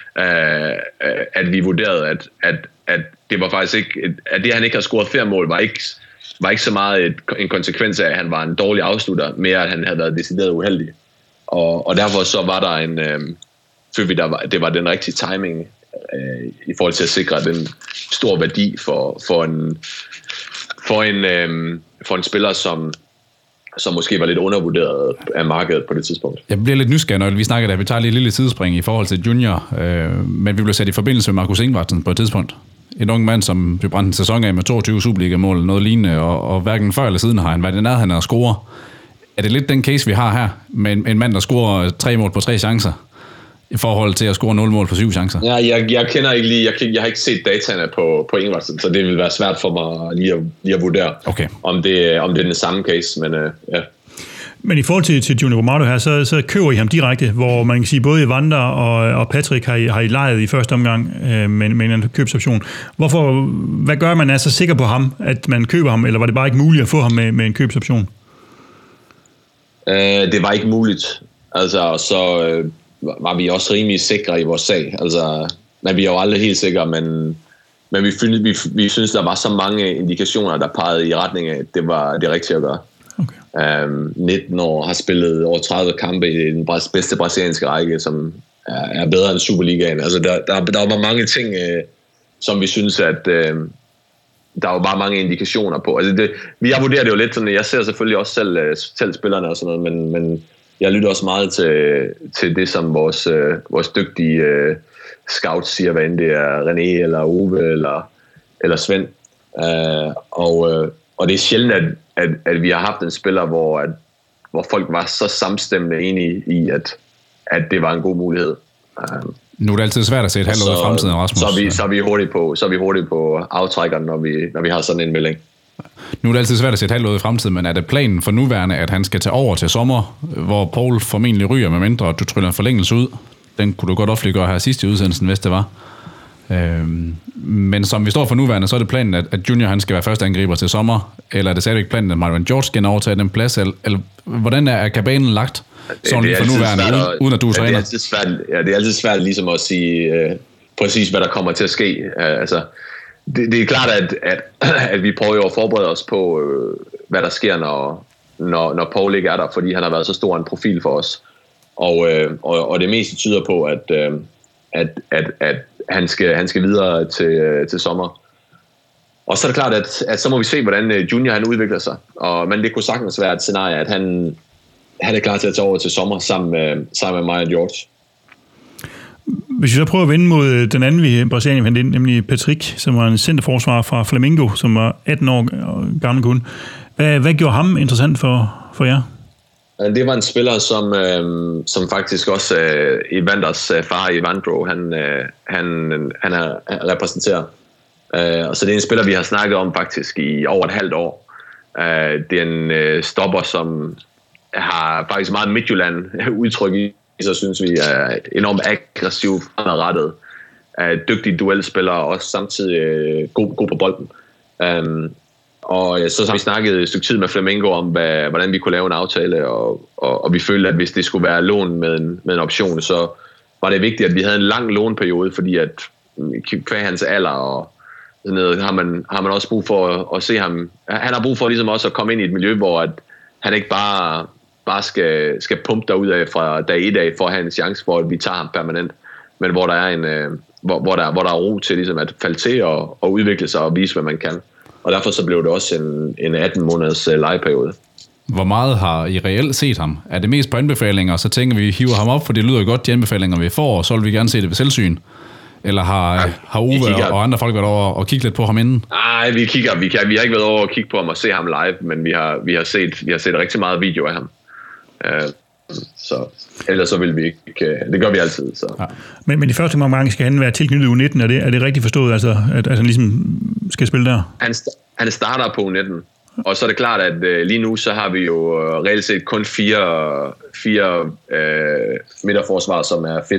øh, at vi vurderede, at, at, at det var faktisk ikke, at det han ikke har scoret flere mål, var ikke, var ikke så meget et, en konsekvens af, at han var en dårlig afslutter, mere at han havde været decideret uheldig. Og, og derfor så var der en, øh, følte vi, der var, det var den rigtige timing øh, i forhold til at sikre den stor værdi for, for en for en øh, for en spiller, som, som måske var lidt undervurderet af markedet på det tidspunkt. Jeg bliver lidt nysgerrig, når vi snakker der. Vi tager lige et lille tidsspring i forhold til Junior, øh, men vi blev sat i forbindelse med Markus Ingvartsen på et tidspunkt. En ung mand, som blev brændt en sæson af med toogtyve Superliga-mål, noget lignende, og, og hverken før eller siden har han været i nærheden af at score. Er det lidt den case, vi har her, med en, en mand, der scorer tre mål på tre chancer, i forhold til at score nul mål på syv chancer? Ja, jeg, jeg kender ikke lige, jeg, jeg har ikke set dataene på, på Ingvartsen, så det vil være svært for mig lige at, lige at vurdere, okay. om, det, om det er den samme case, men øh, ja. Men i forhold til, til Junior Brumado her, så, så køber I ham direkte, hvor man kan sige, både Evander og, og Patrick har I, har I lejet i første omgang øh, med, med en købsoption. Hvorfor, hvad gør man er så sikker på ham, at man køber ham, eller var det bare ikke muligt at få ham med, med en købsoption? Øh, det var ikke muligt. Altså, så øh, var vi også rimelig sikre i vores sag. Altså, men vi er jo aldrig helt sikre, men, men vi, vi, vi synes, der var så mange indikationer, der pegede i retning af, at det var det rigtige at gøre. Okay. Um, nitten år, har spillet over tredive kampe i den bedste brasilianske række, som er, er bedre end Superligaen. Altså, der, der, der var mange ting, øh, som vi synes, at øh, der var bare mange indikationer på. Altså, det, jeg vurderer det jo lidt sådan, jeg ser selvfølgelig også selv, selv spillerne og sådan noget, men, men jeg lytter også meget til, til det, som vores, øh, vores dygtige øh, scouts siger, hvad end det er René eller Ove eller, eller Svend. Uh, og, øh, og det er sjældent, at, at, at vi har haft en spiller, hvor, at, hvor folk var så samstemmende enige i, at, at det var en god mulighed. Uh, nu er det altid svært at se et halvt år i fremtiden, Rasmus. Så er vi, så er vi hurtigt på, så er vi hurtigt på aftrækkeren, når vi, når vi har sådan en melding. Nu er det altid svært at se et halvt år i fremtiden, men er det planen for nuværende, at han skal tage over til sommer, hvor Paul formentlig ryger med mindre, og du tryller en forlængelse ud? Den kunne du godt offentliggøre her sidst i udsendelsen, hvis det var. Øhm, men som vi står for nuværende, så er det planen, at, at Junior han skal være første angriber til sommer, eller er det stadigvæk planen, at Myron George skal overtage den plads, eller, eller hvordan er, er kabanen lagt? Sådan lige for nuværende, uden, at, uden at du er træner? Ja, det er altid svært, ja, det er altid svært ligesom at sige øh, præcis, hvad der kommer til at ske. Uh, altså, det, det er klart, at, at, at vi prøver at forberede os på, øh, hvad der sker, når, når, når Paul ikke er der, fordi han har været så stor en profil for os. Og, øh, og, og det meste tyder på, at, øh, at, at, at han, skal, han skal videre til, øh, til sommer. Og så er det klart, at, at så må vi se, hvordan Junior han udvikler sig. Og, men det kunne sagtens være et scenarie, at han, han er klar til at tage over til sommer sammen med, sammen med mig og George. Hvis vi så prøver at vende mod den anden, vi Brasilien fandt ind, nemlig Patrick, som var en centerforsvarer fra Flamengo, som var atten år gammel kun. Hvad, hvad gjorde ham interessant for, for jer? Det var en spiller, som, øh, som faktisk også øh, Evanders øh, far Evandro, han, øh, han, han er repræsenteret. Øh, og så det er en spiller, vi har snakket om faktisk i over et halvt år. Øh, det er en øh, stopper, som har faktisk meget Midtjylland udtryk i, så synes vi er enormt aggressiv fremadrettet. Øh, dygtig duelspiller og også samtidig øh, god, god på bolden. Øh, Og ja, så har vi snakket et stykke tid med Flamengo om, hvad, hvordan vi kunne lave en aftale, og, og, og vi følte, at hvis det skulle være lån med en, med en option, så var det vigtigt, at vi havde en lang lånperiode, fordi at kvæg hans alder og sådan noget, har man, har man også brug for at, at se ham. Han har brug for ligesom også at komme ind i et miljø, hvor at han ikke bare, bare skal, skal pumpe derud af fra dag et af for at have en chance for, at vi tager ham permanent, men hvor der er, en, hvor, hvor der, hvor der er ro til ligesom at falde til og, og udvikle sig og vise, hvad man kan. Og derfor så blev det også en, en atten måneders uh, legeperiode. Hvor meget har I reelt set ham? Er det mest på anbefalinger, så tænker vi, hiver ham op, for det lyder jo godt, de anbefalinger vi får, og så vil vi gerne se det ved selvsyn? Eller har, ja, har Uwe kigger, og andre folk været over og kigge lidt på ham inden? Nej, vi kigger, vi, kan, vi har ikke været over at kigge på ham og se ham live, men vi har, vi har, set, vi har set rigtig meget video af ham. Uh, så ellers så vil vi ikke, det gør vi altid. Så. Ja. Men, men de første mange skal han være tilknyttet U nitten, er det, er det rigtigt forstået, altså, at, at han ligesom skal spille der? Han, han starter på U nitten, og så er det klart, at uh, lige nu så har vi jo uh, reelt set kun fire, fire uh, midterforsvar, som er fedt,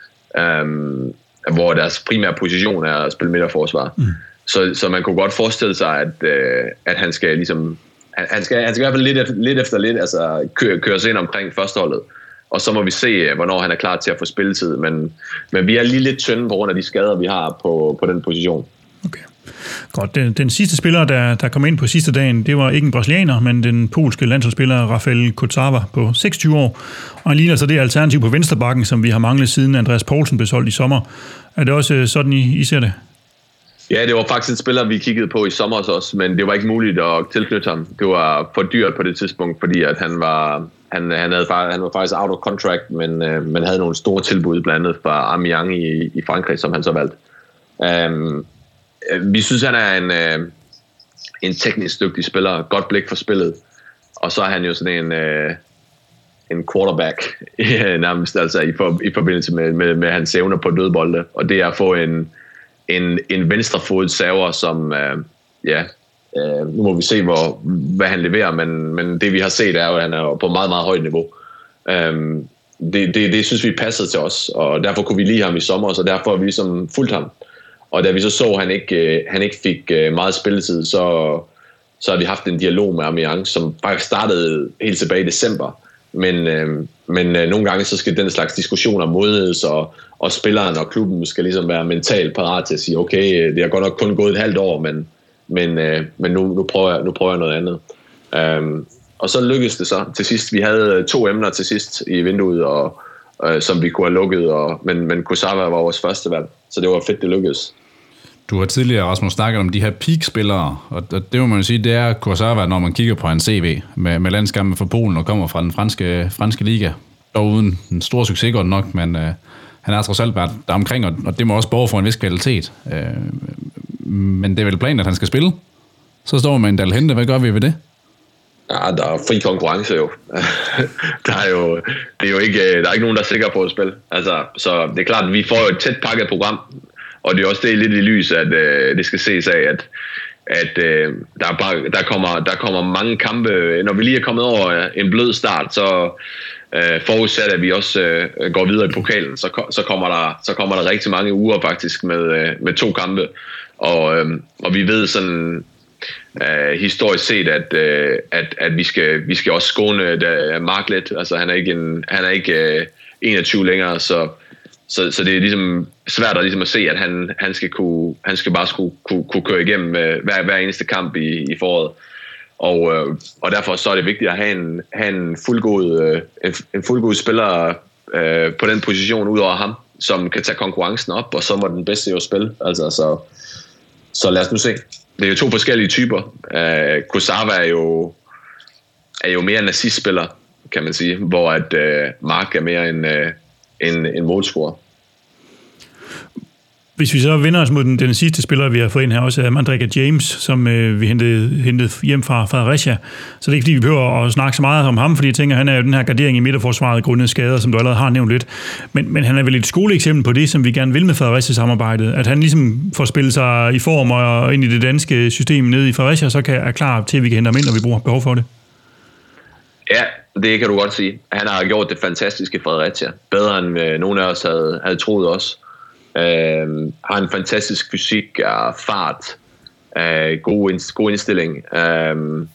um, hvor deres primære position er at spille midterforsvar. Mm. Så, så man kunne godt forestille sig, at, uh, at han skal ligesom Han skal, han skal i hvert fald lidt efter lidt, efter lidt altså, køre, køre sig ind omkring førsteholdet. Og så må vi se, hvornår han er klar til at få spilletid. Men, men vi er lige lidt tynde på grund af de skader, vi har på, på den position. Okay. Godt. Den, den sidste spiller, der, der kom ind på sidste dagen, det var ikke en brasilianer, men den polske landsholdsspiller Rafael Kotsava på seksogtyve år. Og han ligner så det alternativ på venstrebakken, som vi har manglet siden Andreas Poulsen blev solgt i sommer. Er det også sådan, I, I ser det? Ja, det var faktisk en spiller, vi kiggede på i sommer også, men det var ikke muligt at tilknytte ham. Det var for dyrt på det tidspunkt, fordi at han var han, han, havde, han var faktisk out of contract, men øh, man havde nogle store tilbud, blandt andet fra Amiens i, i Frankrig, som han så valgte. Um, vi synes, han er en, øh, en teknisk dygtig spiller, godt blik for spillet, og så er han jo sådan en, øh, en quarterback nærmest, altså i, for, i forbindelse med, med, med hans evner på dødbolde, og det er at få en En, en venstrefodet server, som, øh, ja, øh, nu må vi se, hvor, hvad han leverer, men, men det vi har set er jo, at han er på meget, meget højt niveau. Øh, det, det, det synes vi passede til os, og derfor kunne vi lide ham i sommer, så derfor har vi ligesom fulgt ham. Og da vi så så, at han ikke, øh, han ikke fik øh, meget spilletid, så, så har vi haft en dialog med Amiens, som faktisk startede helt tilbage i december. Men, øh, men øh, nogle gange så skal den slags diskussioner modnes, og, og spilleren og klubben skal ligesom være mentalt parat til at sige, okay, det har godt nok kun gået et halvt år, men, men, øh, men nu, nu, prøver jeg, nu prøver jeg noget andet. Um, og så lykkedes det så til sidst. Vi havde to emner til sidst i vinduet, og, øh, som vi kunne have lukket, og, men, men Kotsava var vores første valg, så det var fedt, det lykkedes. Du har tidligere, Rasmus, snakket om de her peak-spillere, og det må man jo sige, det er Kotsava, når man kigger på hans C V med, med landskampen for Polen og kommer fra den franske, franske liga. Dog uden en stor succes godt nok, men øh, han er trods alt været der omkring, og, og det må også borge for en vis kvalitet. Øh, men det er vel planen, at han skal spille? Så står man med en Dal Hente. Hvad gør vi ved det? Ja, der er fri konkurrence jo. der er jo, det er jo ikke, der er ikke nogen, der er sikker på at spille. Altså, så det er klart, at vi får jo et tæt pakket program, og det er også det lidt i lys, at øh, det skal ses af, at, at øh, der, er bare, der, kommer, der kommer mange kampe. Når vi lige er kommet over en blød start, så øh, forudsat, at vi også øh, går videre i pokalen, så, så, kommer der, så kommer der rigtig mange uger faktisk med, øh, med to kampe. Og, øh, og vi ved sådan øh, historisk set, at, øh, at, at vi, skal, vi skal også skåne Mark lidt. Altså han er ikke, en, han er ikke øh, enogtyve længere, så Så, så det er ligesom svært at, ligesom at se, at han, han, skal, kunne, han skal bare skulle, kunne, kunne køre igennem hver, hver eneste kamp i, i foråret. Og, øh, og derfor så er det vigtigt at have en, have en, fuldgod, øh, en, en fuldgod spiller øh, på den position ud over ham, som kan tage konkurrencen op, og så må den bedste jo spille. Altså, så, så lad os nu se. Det er jo to forskellige typer. Øh, Kotsava er jo, er jo mere en assistspiller, kan man sige, hvor at øh, Mark er mere en... Øh, En, en målscorer. Hvis vi så vender os mod den, den sidste spiller, vi har fået ind her, også er Mandrika James, som øh, vi hentede, hentede hjem fra Fredericia. Så det er ikke fordi, vi behøver at snakke så meget om ham, fordi jeg tænker, han er jo den her gardering i midterforsvaret grundet skader, som du allerede har nævnt lidt. Men, men han er vel et skoleeksempel på det, som vi gerne vil med Fredericia-samarbejdet. At han ligesom får spillet sig i form og ind i det danske system nede i Fredericia, så kan, er klar til, at vi kan hente ham ind, når vi bruger behov for det. Ja, det kan du godt sige. Han har gjort det fantastiske Fredericia. Bedre end øh, nogen af os havde, havde troet også. Øh, har en fantastisk fysik og fart. Øh, god, ind, god indstilling. Øh,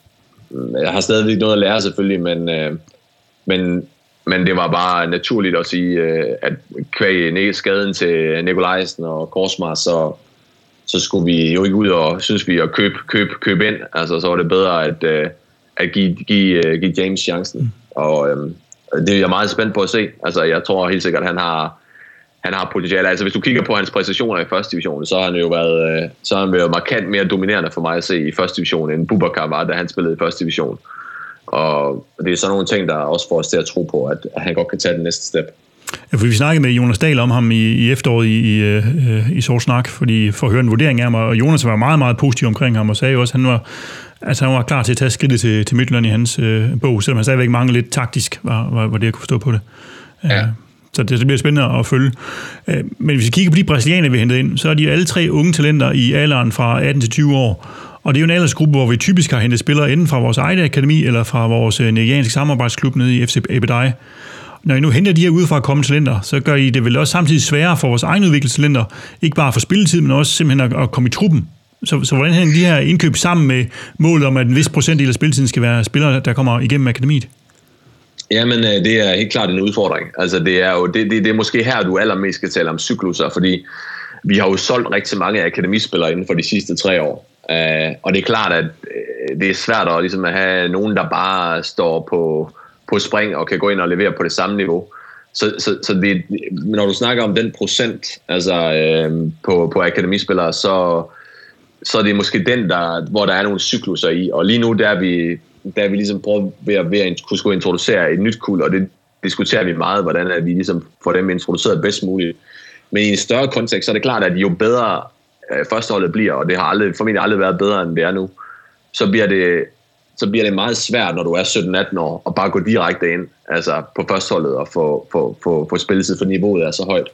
jeg har stadigvæk noget at lære selvfølgelig, men, øh, men, men det var bare naturligt at sige, øh, at kvæg skaden til Nikolajsen og Korsmar, så, så skulle vi jo ikke ud og, synes vi, at købe, købe, købe ind. Altså, så var det bedre at, øh, at give, give, give James chancen. Og øh, det er jeg meget spændt på at se. Altså, jeg tror helt sikkert, at han har han har potentiale. Altså, hvis du kigger på hans præstationer i første division, så har han jo været, så har han været markant mere dominerende for mig at se i første division, end Bubakar var, da han spillede i første division. Og det er sådan nogle ting, der også får os til at tro på, at han godt kan tage den næste step. Ja, fordi vi snakkede med Jonas Dahl om ham i, i efteråret i, i, i Sort Snak, fordi for at høre en vurdering af ham, og Jonas var meget, meget positiv omkring ham, og sagde jo også, at han var, altså, han var klar til at tage skridtet til, til Midtjylland i hans øh, bog, selvom han stadigvæk manglede lidt taktisk, var, var, var det, jeg kunne forstå på det. Ja. Så det, det bliver spændende at følge. Men hvis vi kigger på de brasilianere, vi hentede ind, så er de alle tre unge talenter i alderen fra atten til tyve år. Og det er jo en aldersgruppe, hvor vi typisk har hentet spillere enten fra vores eget akademi, eller fra vores nigerianske samarbejdsklub nede i F C Ebedei. Når I nu henter de her udefra kommende talenter, så gør I det vel også samtidig sværere for vores egne udviklingstalenter, ikke bare for spilletid, men også simpelthen at, at komme i truppen. Så, så hvordan hænger de her indkøb sammen med målet om, at en vis procentdel af spilletiden skal være spillere, der kommer igennem akademiet? Jamen, det er helt klart en udfordring. Altså, det er jo det, det, det er måske her, du allermest skal tale om cykluser, fordi vi har jo solgt rigtig mange akademispillere inden for de sidste tre år. Uh, og det er klart, at uh, det er svært at, ligesom, at have nogen, der bare står på, på spring og kan gå ind og levere på det samme niveau. Så, så, så det, når du snakker om den procent altså, uh, på, på akademispillere, så, så er det måske den, der, hvor der er nogle cykluser i. Og lige nu, der er vi... der vi ligesom prøver ved at, ved at kunne skulle introducere et nyt kuld, og det diskuterer vi meget, hvordan at vi ligesom får dem introduceret bedst muligt. Men i en større kontekst, så er det klart, at jo bedre øh, førsteholdet bliver, og det har aldrig, formentlig aldrig været bedre, end det er nu, så bliver det, så bliver det meget svært, når du er sytten atten år, at bare gå direkte ind altså på førsteholdet og få, få, få, få spilletid, for niveauet er så højt.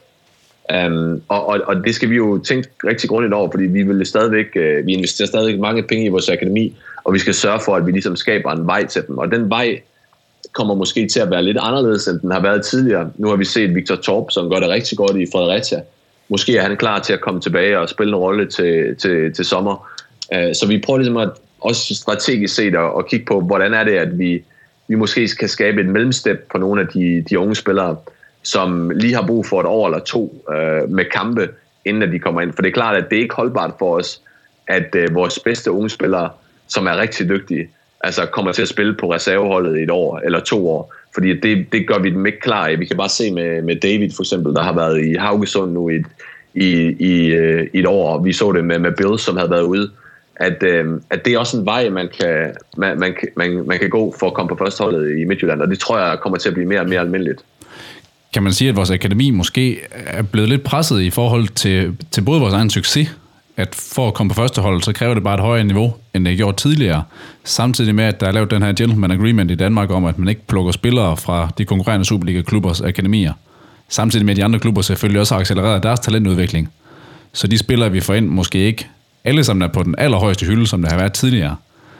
Um, og, og, og det skal vi jo tænke rigtig grundigt over, fordi vi vil stadigvæk, uh, vi investerer stadigvæk mange penge i vores akademi, og vi skal sørge for, at vi ligesom skaber en vej til dem. Og den vej kommer måske til at være lidt anderledes, end den har været tidligere. Nu har vi set Victor Torp, som gør det rigtig godt i Fredericia. Måske er han klar til at komme tilbage og spille en rolle til, til, til sommer. Uh, så vi prøver ligesom at også strategisk set at, at kigge på, hvordan er det, at vi, vi måske kan skabe et mellemstep på nogle af de, de unge spillere, som lige har brug for et år eller to øh, med kampe, inden at de kommer ind. For det er klart, at det er ikke holdbart for os, at øh, vores bedste unge spillere, som er rigtig dygtige, altså kommer til at spille på reserveholdet i et år eller to år. Fordi det, det gør vi dem ikke klar i. Vi kan bare se med, med David for eksempel, der har været i Haugesund nu i et, i, i, øh, i et år. Vi så det med, med Bill, som havde været ude. At, øh, at det er også en vej, man kan, man, man, man, man kan gå for at komme på førsteholdet i Midtjylland. Og det tror jeg kommer til at blive mere og mere almindeligt. Kan man sige, at vores akademi måske er blevet lidt presset i forhold til, til både vores egen succes, at for at komme på førsteholdet, så kræver det bare et højere niveau, end det gjorde tidligere. Samtidig med, at der er lavet den her gentleman agreement i Danmark om, at man ikke plukker spillere fra de konkurrerende Superliga-klubbers akademier. Samtidig med, at de andre klubber selvfølgelig også har accelereret deres talentudvikling. Så de spillere, vi får ind, måske ikke alle sammen er på den allerhøjeste hylde, som det har været tidligere.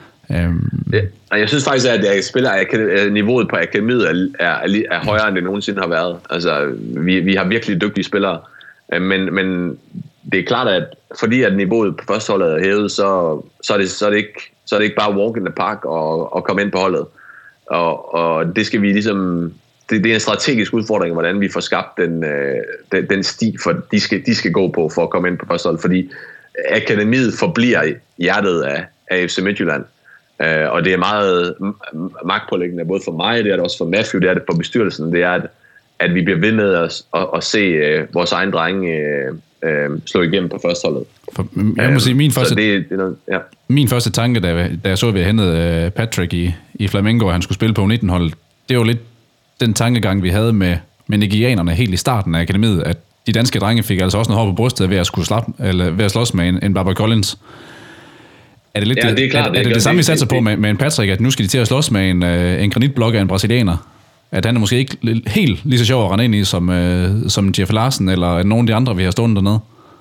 Ja, og jeg synes faktisk, at jeg spiller niveauet på akademiet er, er, er højere, end det nogensinde har været. Altså, vi, vi har virkelig dygtige spillere, men, men det er klart, at fordi at niveauet på førsteholdet er hævet, så, så, er det, så, er det ikke, så er det ikke bare walk in the park og, og komme ind på holdet. Og, og det skal vi ligesom... Det, det er en strategisk udfordring, hvordan vi får skabt den, den, den sti, for de skal, de skal gå på for at komme ind på førsteholdet, fordi akademiet forbliver hjertet af, af F C Midtjylland. Uh, og det er meget magtpålæggende, både for mig, det er det også for Matthew, det er det for bestyrelsen, det er, at, at vi bliver ved med at, at, at se uh, vores egen drenge uh, uh, slå igennem på førsteholdet. For, jeg må sige, min første, det, det noget, ja. min første tanke, da, da jeg så, at vi hentede Patrick i, i Flamengo, og han skulle spille på U nitten-holdet, det var lidt den tankegang, vi havde med, med nigerianerne helt i starten af akademiet, at de danske drenge fik altså også noget hår på brystet ved at skulle slappe, eller ved at slås med en, en Barbara Collins. Er det lidt ja, det, er klart, er, er det, det, det samme, vi satser på med, med en Patrick, at nu skal de til at slås med en, en granitblok af en brasilianer? At han er måske ikke helt lige så sjov at rende ind i, som, som Jeff Larsen, eller nogen af de andre, vi har stående dernede?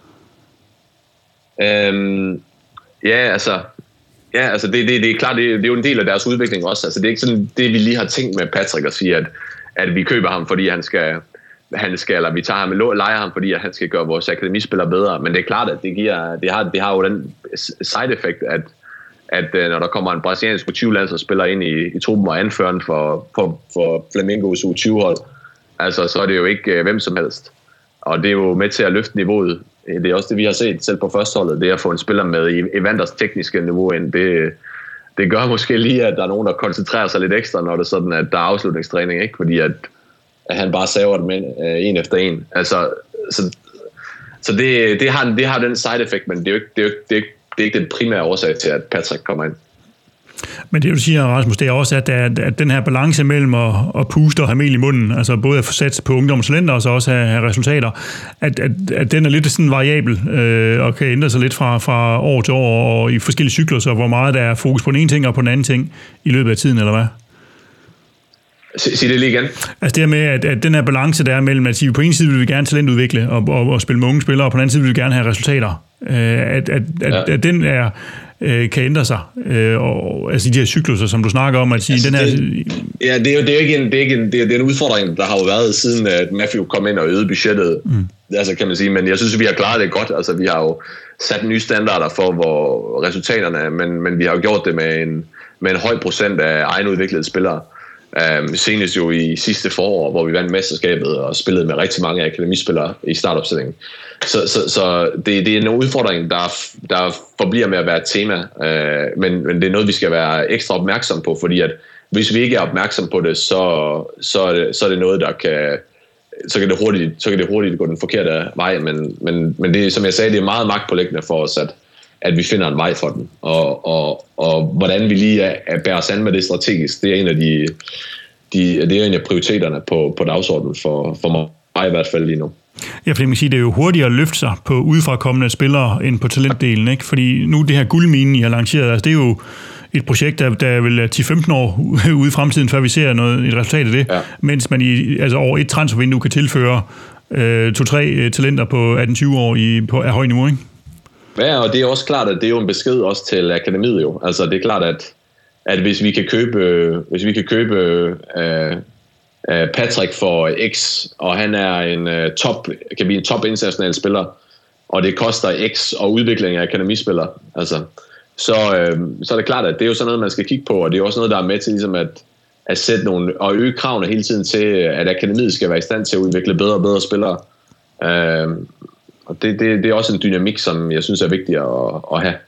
Øhm, ja, altså... Ja, altså det, det, det er klart, det, det er jo en del af deres udvikling også. Altså det er ikke sådan det, vi lige har tænkt med Patrick at sige, at, at vi køber ham, fordi han skal, han skal, eller vi tager ham og leger ham, fordi at han skal gøre vores akademispillere bedre. Men det er klart, at det, giver, det, har, det har jo den side effect, at, at når der kommer en brasiliansk U tyve-landsholdsspiller ind i, i truppen og anføren for, for, for Flamengo's U tyve-hold, altså så er det jo ikke hvem som helst. Og det er jo med til at løfte niveauet. Det er også det, vi har set selv på førsteholdet, det er at få en spiller med Evanders tekniske niveau ind. Det, det gør måske lige, at der er nogen, der koncentrerer sig lidt ekstra, når det er sådan, at der er afslutningstræning, ikke? Fordi at, at han bare saver det med uh, en efter en. Altså, så så det, det, har, det har den side effect, men det er jo ikke, det er jo ikke, det er ikke, det er ikke den primære årsag til, at Patrick kommer ind. Men det, du siger, Rasmus, det er også, at, at, at den her balance mellem at, at puste og have mel i munden, altså både at få sat på ungdomstalenter og så også have, have resultater, at, at, at den er lidt sådan variabel øh, og kan ændre sig lidt fra, fra år til år og i forskellige cykler, så hvor meget der er fokus på den ene ting og på den anden ting i løbet af tiden, eller hvad? Sig det lige igen. Altså det med, at, at den her balance, der er mellem, at sige, på en side vil vi gerne talentudvikle og, og, og spille med unge spillere, og på den anden side vil vi gerne have resultater. Øh, at, at, at, ja. at den er kan ændre sig. Øh, og, altså de her cykluser, som du snakker om, at sige, altså, den her... Det, ja, det er jo det er ikke en, det er ikke en, det er, det er en udfordring, der har jo været siden, at Matthew kom ind og øgede budgettet, mm. altså kan man sige, men jeg synes, vi har klaret det godt. Altså vi har jo sat nye standarder for, hvor resultaterne er, men, men vi har jo gjort det med en, med en høj procent af egenudviklede spillere. Um, senest jo i sidste forår, hvor vi vandt mesterskabet og spillede med rigtig mange akademispillere i startopstillingen. Så, så, så det, det er en udfordring, der, der forbliver med at være et tema, uh, men, men det er noget, vi skal være ekstra opmærksom på, fordi at hvis vi ikke er opmærksom på det, så, så, er, det, så er det noget, der kan, så kan det hurtigt, så kan det hurtigt gå den forkerte vej, men, men, men det, som jeg sagde, det er meget magtpåliggende for os, at at vi finder en vej for den, og, og, og hvordan vi lige er, er bærer os an med det strategisk, det er en af de, de det er en af prioriteterne på, på dagsordenen for, for mig i hvert fald lige nu. Ja, fordi man kan sige, det er jo hurtigere at løfte sig på udefrakommende spillere end på talentdelen, ikke? Fordi nu det her guldmine, I har lanceret, altså det er jo et projekt, der, der er vel ti til femten år ude i fremtiden, før vi ser noget, et resultat af det, ja. Mens man i, altså over et transfervindue kan tilføre øh, to-tre talenter på atten til tyve år i, på, af høj niveau, ikke? Ja, og det er også klart, at det er jo en besked også til akademiet jo. Altså det er klart, at, at hvis vi kan købe, hvis vi kan købe uh, uh, Patrick for X, og han er en uh, top, kan blive en top international spiller, og det koster X og udvikling af akademispillere, altså, så, uh, så er det klart, at det er jo sådan noget, man skal kigge på, og det er også noget, der er med til ligesom at, at sætte nogle, og øge kravene hele tiden til, at akademiet skal være i stand til at udvikle bedre og bedre spillere. Uh, Og det, det, det er også en dynamik, som jeg synes er vigtig at, at have.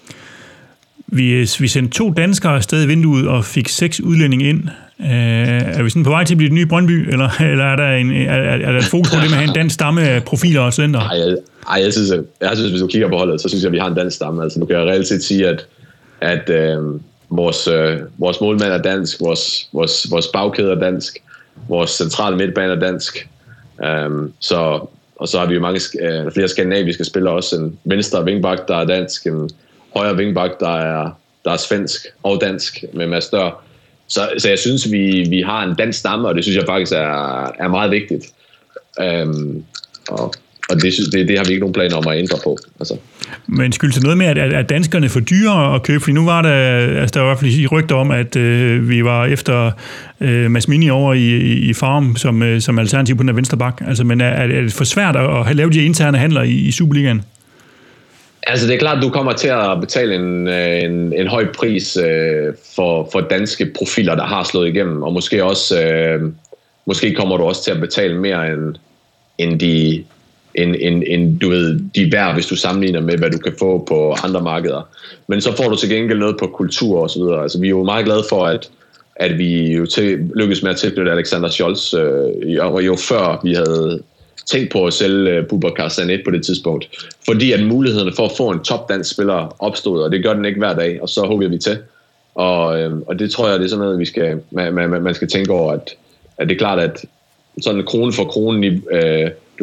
Vi, vi sendte to danskere afsted i vinduet og fik seks udlændinge ind. Er vi sådan på vej til at blive det nye Brøndby, eller, eller er, der en, er, er der et fokus på det med at have en dansk stamme af profiler og center? Nej, jeg, ej, jeg, synes, jeg, jeg synes, hvis du kigger på holdet, så synes jeg, at vi har en dansk stamme. Altså, nu kan jeg reelt set sige, at, at øh, vores, øh, vores målmand er dansk, vores, vores, vores bagkæde er dansk, vores centrale midtbane er dansk. Um, så Og så har vi jo mange, øh, flere skandinaviske spillere også. En venstre vingbak, der er dansk. En højre vingbak, der er, der er svensk og dansk med Mads Dør. Så, så jeg synes, vi, vi har en dansk stamme, og det synes jeg faktisk er, er meget vigtigt. Um, og og det, det, det har vi ikke nogen planer om at ændre på. Altså. Men skyldes det noget med, at, at danskerne for dyre at købe? Fordi nu var der, altså der var i hvert fald rygter om, at øh, vi var efter øh, Mads Mini over i, i, i Farm som, øh, som alternativ på den her venstre bak. Altså, men er, er det for svært at, at lave de interne handler i, i Superligaen? Altså det er klart, at du kommer til at betale en, en, en høj pris øh, for, for danske profiler, der har slået igennem. Og måske også øh, måske kommer du også til at betale mere end, end de... End, end, end du ved, de værd, hvis du sammenligner med, hvad du kan få på andre markeder. Men så får du til gengæld noget på kultur og så videre. Altså, vi er jo meget glade for, at, at vi jo til, lykkedes med at tilknytte Alexander Scholz, øh, og jo før vi havde tænkt på at sælge Boubacar Sané på det tidspunkt. Fordi at mulighederne for at få en top dansk spiller opstod, og det gør den ikke hver dag, og så hugger vi til. Og, øh, og det tror jeg, det er sådan noget, vi skal, man, man, man skal tænke over, at, at det er klart, at sådan krone for krone, øh, du ved,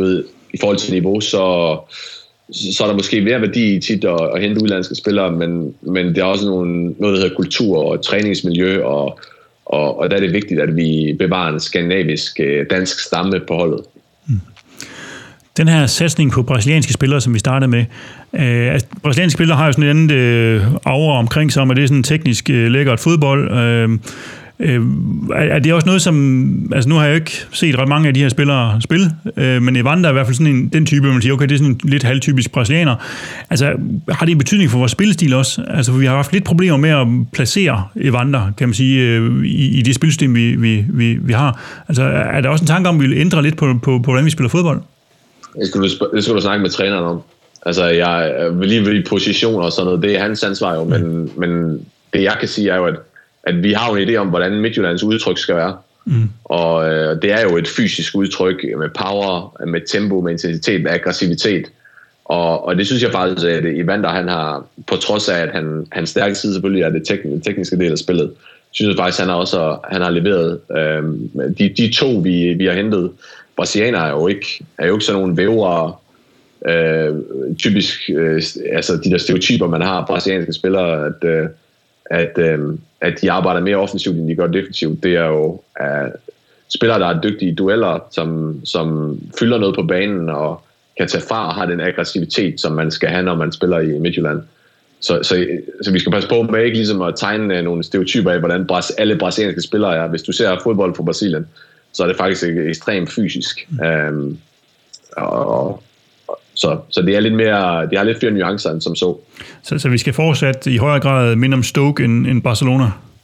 i forhold til niveau, så, så er der måske mere værdi i tit at, at hente udlandske spillere, men, men det er også nogle, noget, der hedder kultur og træningsmiljø, og, og, og der er det vigtigt, at vi bevarer en skandinavisk dansk stamme på holdet. Mm. Den her satsning på brasilianske spillere, som vi startede med, øh, altså, brasilianske spillere har jo sådan en anden øh, aura omkring sig, og det er sådan teknisk øh, lækkert fodbold. Øh, øh, er det også noget, som... Altså nu har jeg jo ikke set ret mange af de her spillere spille, øh, men Evander er i hvert fald sådan en, den type, man siger, okay, det er sådan en lidt halvtypisk brasilianer. Altså, har det en betydning for vores spillestil også? Altså, for vi har haft lidt problemer med at placere Evander, kan man sige, øh, i, i det spilsystem, vi, vi, vi, vi har. Altså, er der også en tanke om, at vi vil ændre lidt på, på, på hvordan vi spiller fodbold? Det skal, du, det skal du snakke med træneren om. Altså, jeg vil lige ved positioner og sådan noget, det er hans ansvar jo, men, mm. men det jeg kan sige er jo, at, at vi har jo en idé om, hvordan Midtjyllands udtryk skal være. Mm. Og øh, det er jo et fysisk udtryk med power, med tempo, med intensitet, med aggressivitet. Og, og det synes jeg faktisk, at Evander, han har, på trods af, at han, hans stærke side selvfølgelig er det tekniske, tekniske del af spillet, synes jeg faktisk, at han har også han har leveret. Øh, de, de to, vi, vi har hentet, brasilianere er jo ikke, er jo ikke sådan nogle vævere, øh, typisk, øh, altså de der stereotyper, man har brasilianske spillere, at, øh, at, øh, at de arbejder mere offensivt, end de gør defensivt. Det er jo øh, spillere, der er dygtige i dueller, som, som fylder noget på banen og kan tage fra og har den aggressivitet, som man skal have, når man spiller i Midtjylland. Så, så, så vi skal passe på med ikke ligesom at tegne nogle stereotyper af, hvordan alle brasilianske spillere er. Hvis du ser fodbold fra Brasilien, så er det faktisk ekstremt fysisk. Mm. Um, og, og, så, så det er lidt mere, det har lidt flere nuancer end som så. Så, så vi skal fortsat i højere grad minde om Stoke end, end Barcelona?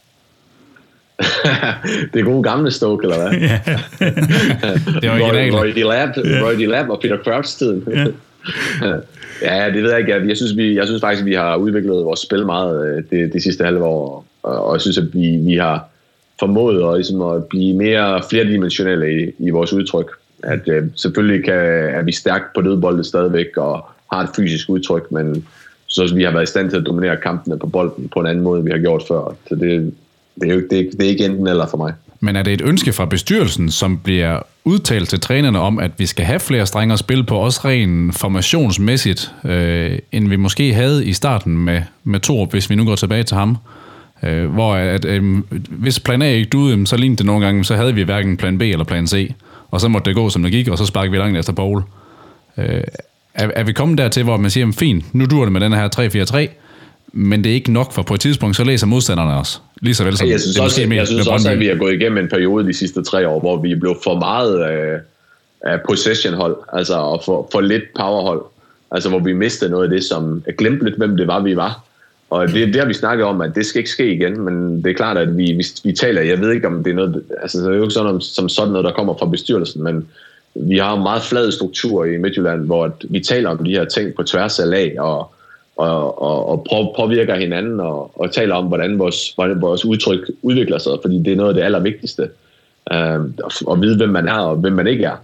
Det er gode gamle Stoke, eller hvad? Ja. Det var Roy, Roy Delap, Roy Delap og Peter Crouch-tiden. Ja. Ja, det ved jeg ikke. Jeg synes, vi, jeg synes faktisk, at vi har udviklet vores spil meget det, det sidste halve år, og jeg synes, at vi, vi har formået at, ligesom at blive mere flerdimensionelle i, i vores udtryk. At øh, selvfølgelig kan, er vi stærkt på dødboldet stadigvæk og har et fysisk udtryk, men så vi har været i stand til at dominere kampene på bolden på en anden måde, end vi har gjort før. Så det, det, er, jo, det, det er ikke enten eller for mig. Men er det et ønske fra bestyrelsen, som bliver udtalt til trænerne om, at vi skal have flere strenge at spille på, også rent formationsmæssigt, øh, end vi måske havde i starten med, med Thorup, hvis vi nu går tilbage til ham? Øh, hvor at, øh, hvis plan A ikke duede, så lignede det nogle gange, så havde vi hverken plan B eller plan C, og så måtte det gå, som det gik, og så sparkede vi langt efter Paul. Øh, er, er vi kommet dertil, hvor man siger, fint, nu duer det med den her tre fire tre, men det er ikke nok, for på et tidspunkt, så læser modstanderne os. Lige så vel som jeg synes det også, måske jeg synes også at vi har gået igennem en periode de sidste tre år, hvor vi blev for meget af, af possession-hold, altså og for, for lidt powerhold, altså hvor vi mistede noget af det, som glemte lidt, hvem det var, vi var. Og det, det har vi snakket om, at det skal ikke ske igen, men det er klart, at vi, vi, vi taler, jeg ved ikke, om det er noget, altså det er jo ikke sådan, som sådan noget, der kommer fra bestyrelsen, men vi har en meget flad struktur i Midtjylland, hvor vi taler om de her ting på tværs af lag, og og, og, og påvirker hinanden, og, og taler om, hvordan vores, hvordan vores udtryk udvikler sig, fordi det er noget af det allervigtigste. Øh, at vide, hvem man er, og hvem man ikke er.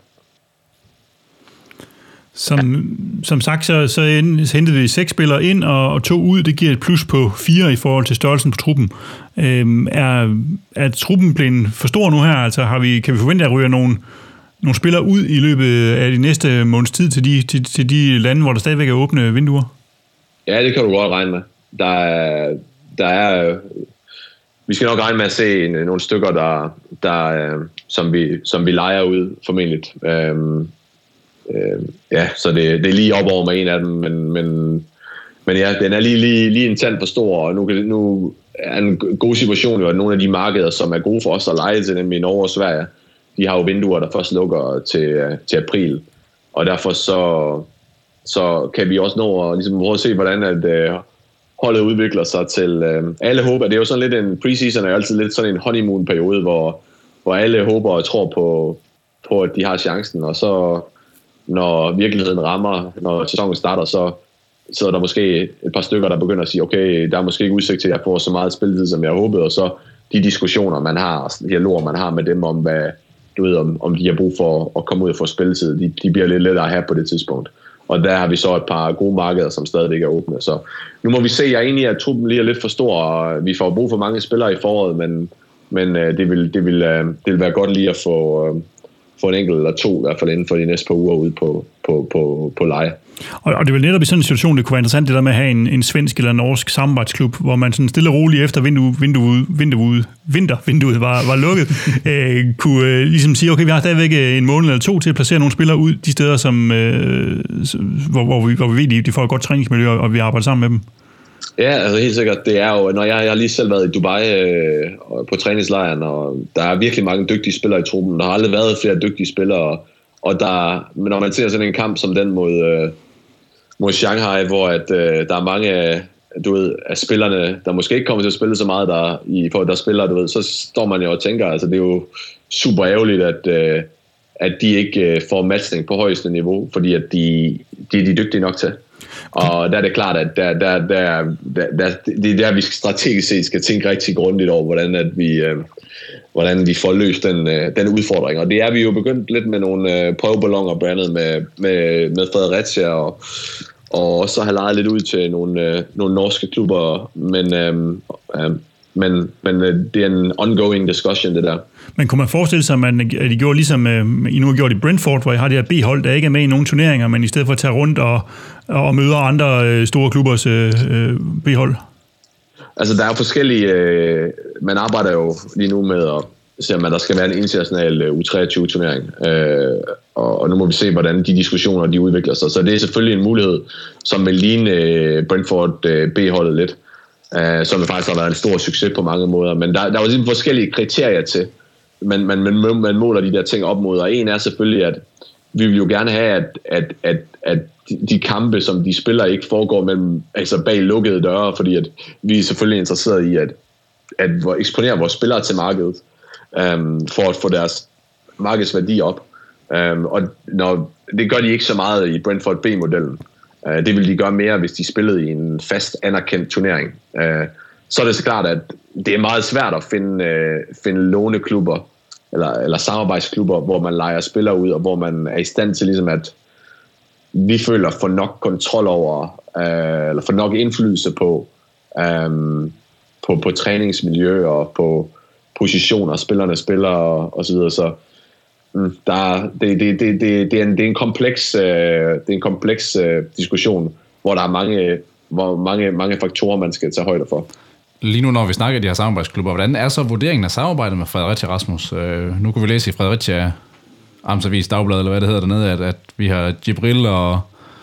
Som, som sagt, så, så hentede vi seks spillere ind, og, og to ud, det giver et plus på fire i forhold til størrelsen på truppen. Øh, er, er truppen blevet for stor nu her? Altså har vi, kan vi forvente, at ryge nogle, nogle spillere ud i løbet af de næste måneds tid til de, til, til de lande, hvor der stadigvæk er åbne vinduer? Ja, det kan du godt regne med. Der er, der er, vi skal nok regne med at se en, nogle stykker, der, der, som, vi, som vi leger ud formentlig. Øhm, øhm, ja, så det, det er lige op over med en af dem, men, men, men ja, den er lige, lige, lige en tand for stor, og nu, nu er en god situation jo, at nogle af de markeder, som er gode for os at lege til, nemlig Norge og Sverige, de har jo vinduer, der først lukker til, til april, og derfor så så kan vi også nå at ligesom, prøve at se, hvordan at, øh, holdet udvikler sig til øh, alle håber. Det er jo sådan lidt en preseason, er jo altid lidt sådan en honeymoon-periode, hvor, hvor alle håber og tror på, på, at de har chancen, og så når virkeligheden rammer, når sæsonen starter, så, så er der måske et par stykker, der begynder at sige, okay, der er måske ikke udsigt til, at jeg får så meget spilletid, som jeg håbede, og så de diskussioner, man har, og de dialoger, man har med dem om, hvad, du ved, om, om de har brug for at komme ud og få spilletid, de, de bliver lidt lettere her på det tidspunkt. Og der har vi så et par gode markeder, som stadigvæk er åbne. Så nu må vi se. Jeg er enig i, at truppen lige er lidt for stor, og vi får brug for mange spillere i foråret, men, men det, vil, det, vil, det vil være godt lige at få, få en enkelt eller to, i hvert fald inden for de næste par uger ude på, på, på, på leje. Og, og det er vel netop i sådan en situation, det kunne være interessant, det der med at have en, en svensk eller norsk samarbejdsklub, hvor man sådan stille og roligt efter vinduet, vinduet, vinduet, vintervinduet var, var lukket, øh, kunne øh, ligesom sige, okay, vi har stadigvæk en måned eller to til at placere nogle spillere ud de steder, som, øh, hvor, hvor, vi, hvor vi ved, de får et godt træningsmiljø, og vi arbejder sammen med dem. Ja, altså helt sikkert. Det er jo, når jeg, jeg har lige selv været i Dubai øh, på træningslejren, og der er virkelig mange dygtige spillere i truppen. Der har aldrig været flere dygtige spillere, og der, men når man ser sådan en kamp som den mod, øh, mod Shanghai, hvor at, øh, der er mange du ved, af spillerne, der måske ikke kommer til at spille så meget, der, i, for der spiller, du ved, så står man jo og tænker, altså det er jo super ærgerligt, at, øh, at de ikke øh, får matchning på højeste niveau, fordi at de, de er de dygtige nok til. Og der er det klart, at der, der, der, der, der, det er der, vi strategisk set skal tænke rigtig grundigt over, hvordan, at vi, øh, hvordan vi får løst den, øh, den udfordring. Og det er vi jo begyndt lidt med nogle øh, prøveballoner blandet med, med, med Fredericia, og, og også har lejet lidt ud til nogle, øh, nogle norske klubber. Men, øh, øh, men, men øh, det er en ongoing discussion, det der. Men kunne man forestille sig, at I gjorde ligesom I nu har gjort i Brentford, hvor I har det her B-hold, der ikke er med i nogle turneringer, men i stedet for at tage rundt og, og møde andre store klubbers øh, B-hold? Altså, der er jo forskellige... Øh, man arbejder jo lige nu med at se, at der skal være en international U treogtyve-turnering. Øh, og, og nu må vi se, hvordan de diskussioner de udvikler sig. Så det er selvfølgelig en mulighed, som vil ligne øh, Brentford øh, B-holdet lidt. Uh, som faktisk har været en stor succes på mange måder. Men der, der er jo sådan forskellige kriterier til, man, man, man, man måler de der ting op mod. Og en er selvfølgelig, at vi vil jo gerne have, at, at, at, at de kampe, som de spiller, ikke foregår mellem, altså bag lukkede døre, fordi at vi er selvfølgelig interesseret i at, at eksponere vores spillere til markedet, um, for at få deres markedsværdi op. Um, og når, det gør de ikke så meget i Brentford B-modellen. Uh, det vil de gøre mere, hvis de spillede i en fast anerkendt turnering. Uh, så er det så klart, at det er meget svært at finde, uh, finde låneklubber eller, eller samarbejdsklubber, hvor man lejer spillere ud, og hvor man er i stand til ligesom at vi føler for nok kontrol over, uh, eller for nok indflydelse på, um, på, på træningsmiljø og på positioner, spillerne spiller og, og så videre. Så Mm, der, det, det, det, det, det, er en, det er en kompleks, øh, det er en kompleks øh, diskussion, hvor der er mange, hvor mange, mange faktorer, man skal tage højde for. Lige nu, når vi snakker i de her samarbejdsklubber, hvordan er så vurderingen af samarbejdet med Fredericia, Rasmus? Øh, nu kan vi læse i Fredericia Amtsavis Dagblad, eller hvad det hedder dernede, at, at vi har Jibril og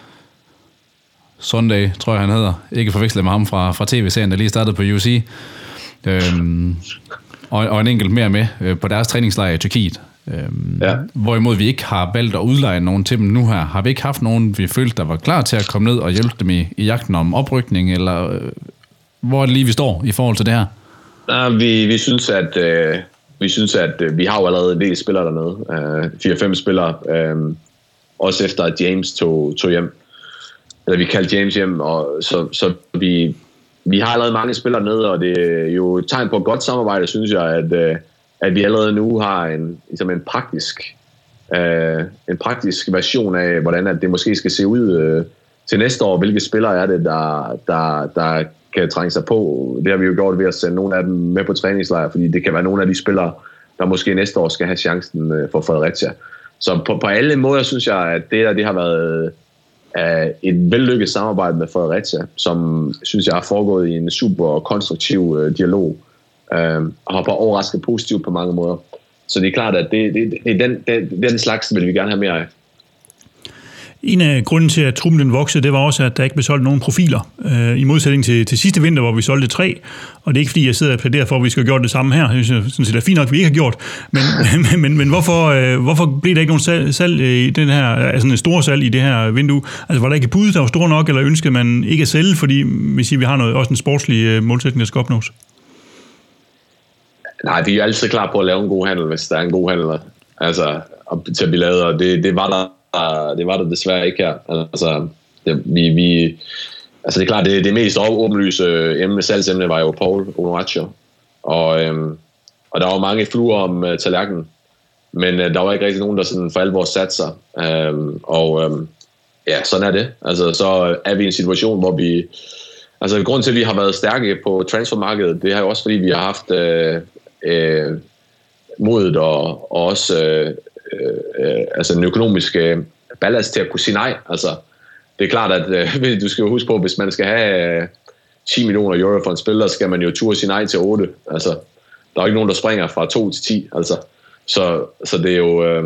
Sunday, tror jeg han hedder, ikke forvekslet med ham fra, fra tv-serien, der lige startede på U C, øh, og, og en enkelt mere med øh, på deres træningslejr i Tyrkiet. Øhm, ja. Hvorimod vi ikke har valgt at udleje nogen til dem nu her. Har vi ikke haft nogen, vi følte, der var klar til at komme ned og hjælpe dem i, i jagten om oprykning, eller øh, hvor er det lige, vi står i forhold til det her? Ja, vi, vi synes, at øh, vi synes, at øh, vi har jo allerede en del spillere dernede. Øh, fire fem spillere. Øh, også efter, at James tog, tog hjem. Eller vi kaldte James hjem, og så, så vi, vi har allerede mange spillere nede, og det er jo et tegn på et godt samarbejde, synes jeg, at øh, at vi allerede nu har en, ligesom en, praktisk, øh, en praktisk version af, hvordan at det måske skal se ud øh, til næste år. Hvilke spillere er det, der, der, der kan trænge sig på? Det har vi jo gjort ved at sende nogle af dem med på træningslejr, fordi det kan være nogle af de spillere, der måske næste år skal have chancen øh, for Fredericia. Så på, på alle måder synes jeg, at det der det har været øh, et vellykket samarbejde med Fredericia, som synes jeg har foregået i en super konstruktiv øh, dialog. Uh, og har overrasket positivt på mange måder. Så det er klart, at det, det, det er den, den, den slags vil vi gerne have mere af. En af grunden til, at truppen den voksede, det var også, at der ikke blev solgt nogen profiler. Uh, I modsætning til, til sidste vinter, hvor vi solgte tre. Og det er ikke fordi, jeg sidder og plæderer for, at vi skal have gjort det samme her. Jeg synes sådan set, det er fint nok, at vi ikke har gjort. Men, men, men, men hvorfor, uh, hvorfor blev der ikke nogen salg, salg i den her, altså en stor salg i det her vindue? Altså var der ikke bud, der var store nok, eller ønskede man ikke at sælge, fordi vi siger, vi har noget, også en sportslig uh, målsætning, der skal opnås? Nej, vi er jo altid klar på at lave en god handel, hvis der er en god handel, altså, til at blive lavet, og det, det, var der, det var der desværre ikke her. Altså, det, vi, vi, altså det er klart, det, det mest åbenlyse emne, salgsemne var jo Paul Onuachu, og, øhm, og der var mange fluer om uh, tallerkenen, men uh, der var ikke rigtig nogen, der sådan for alvor satte sig, um, og um, ja, sådan er det. Altså, så er vi i en situation, hvor vi, altså grunden til, at vi har været stærke på transfermarkedet, det er jo også, fordi vi har haft øh, øh, modet og, og også øh, øh, altså en økonomisk øh, ballast til at kunne sige nej. Altså, det er klart, at øh, du skal jo huske på, hvis man skal have øh, ti millioner euro for en spiller, skal man jo turde sige nej til otte. Altså, der er jo ikke nogen, der springer fra to til ti. Altså, så, så det er jo... Øh,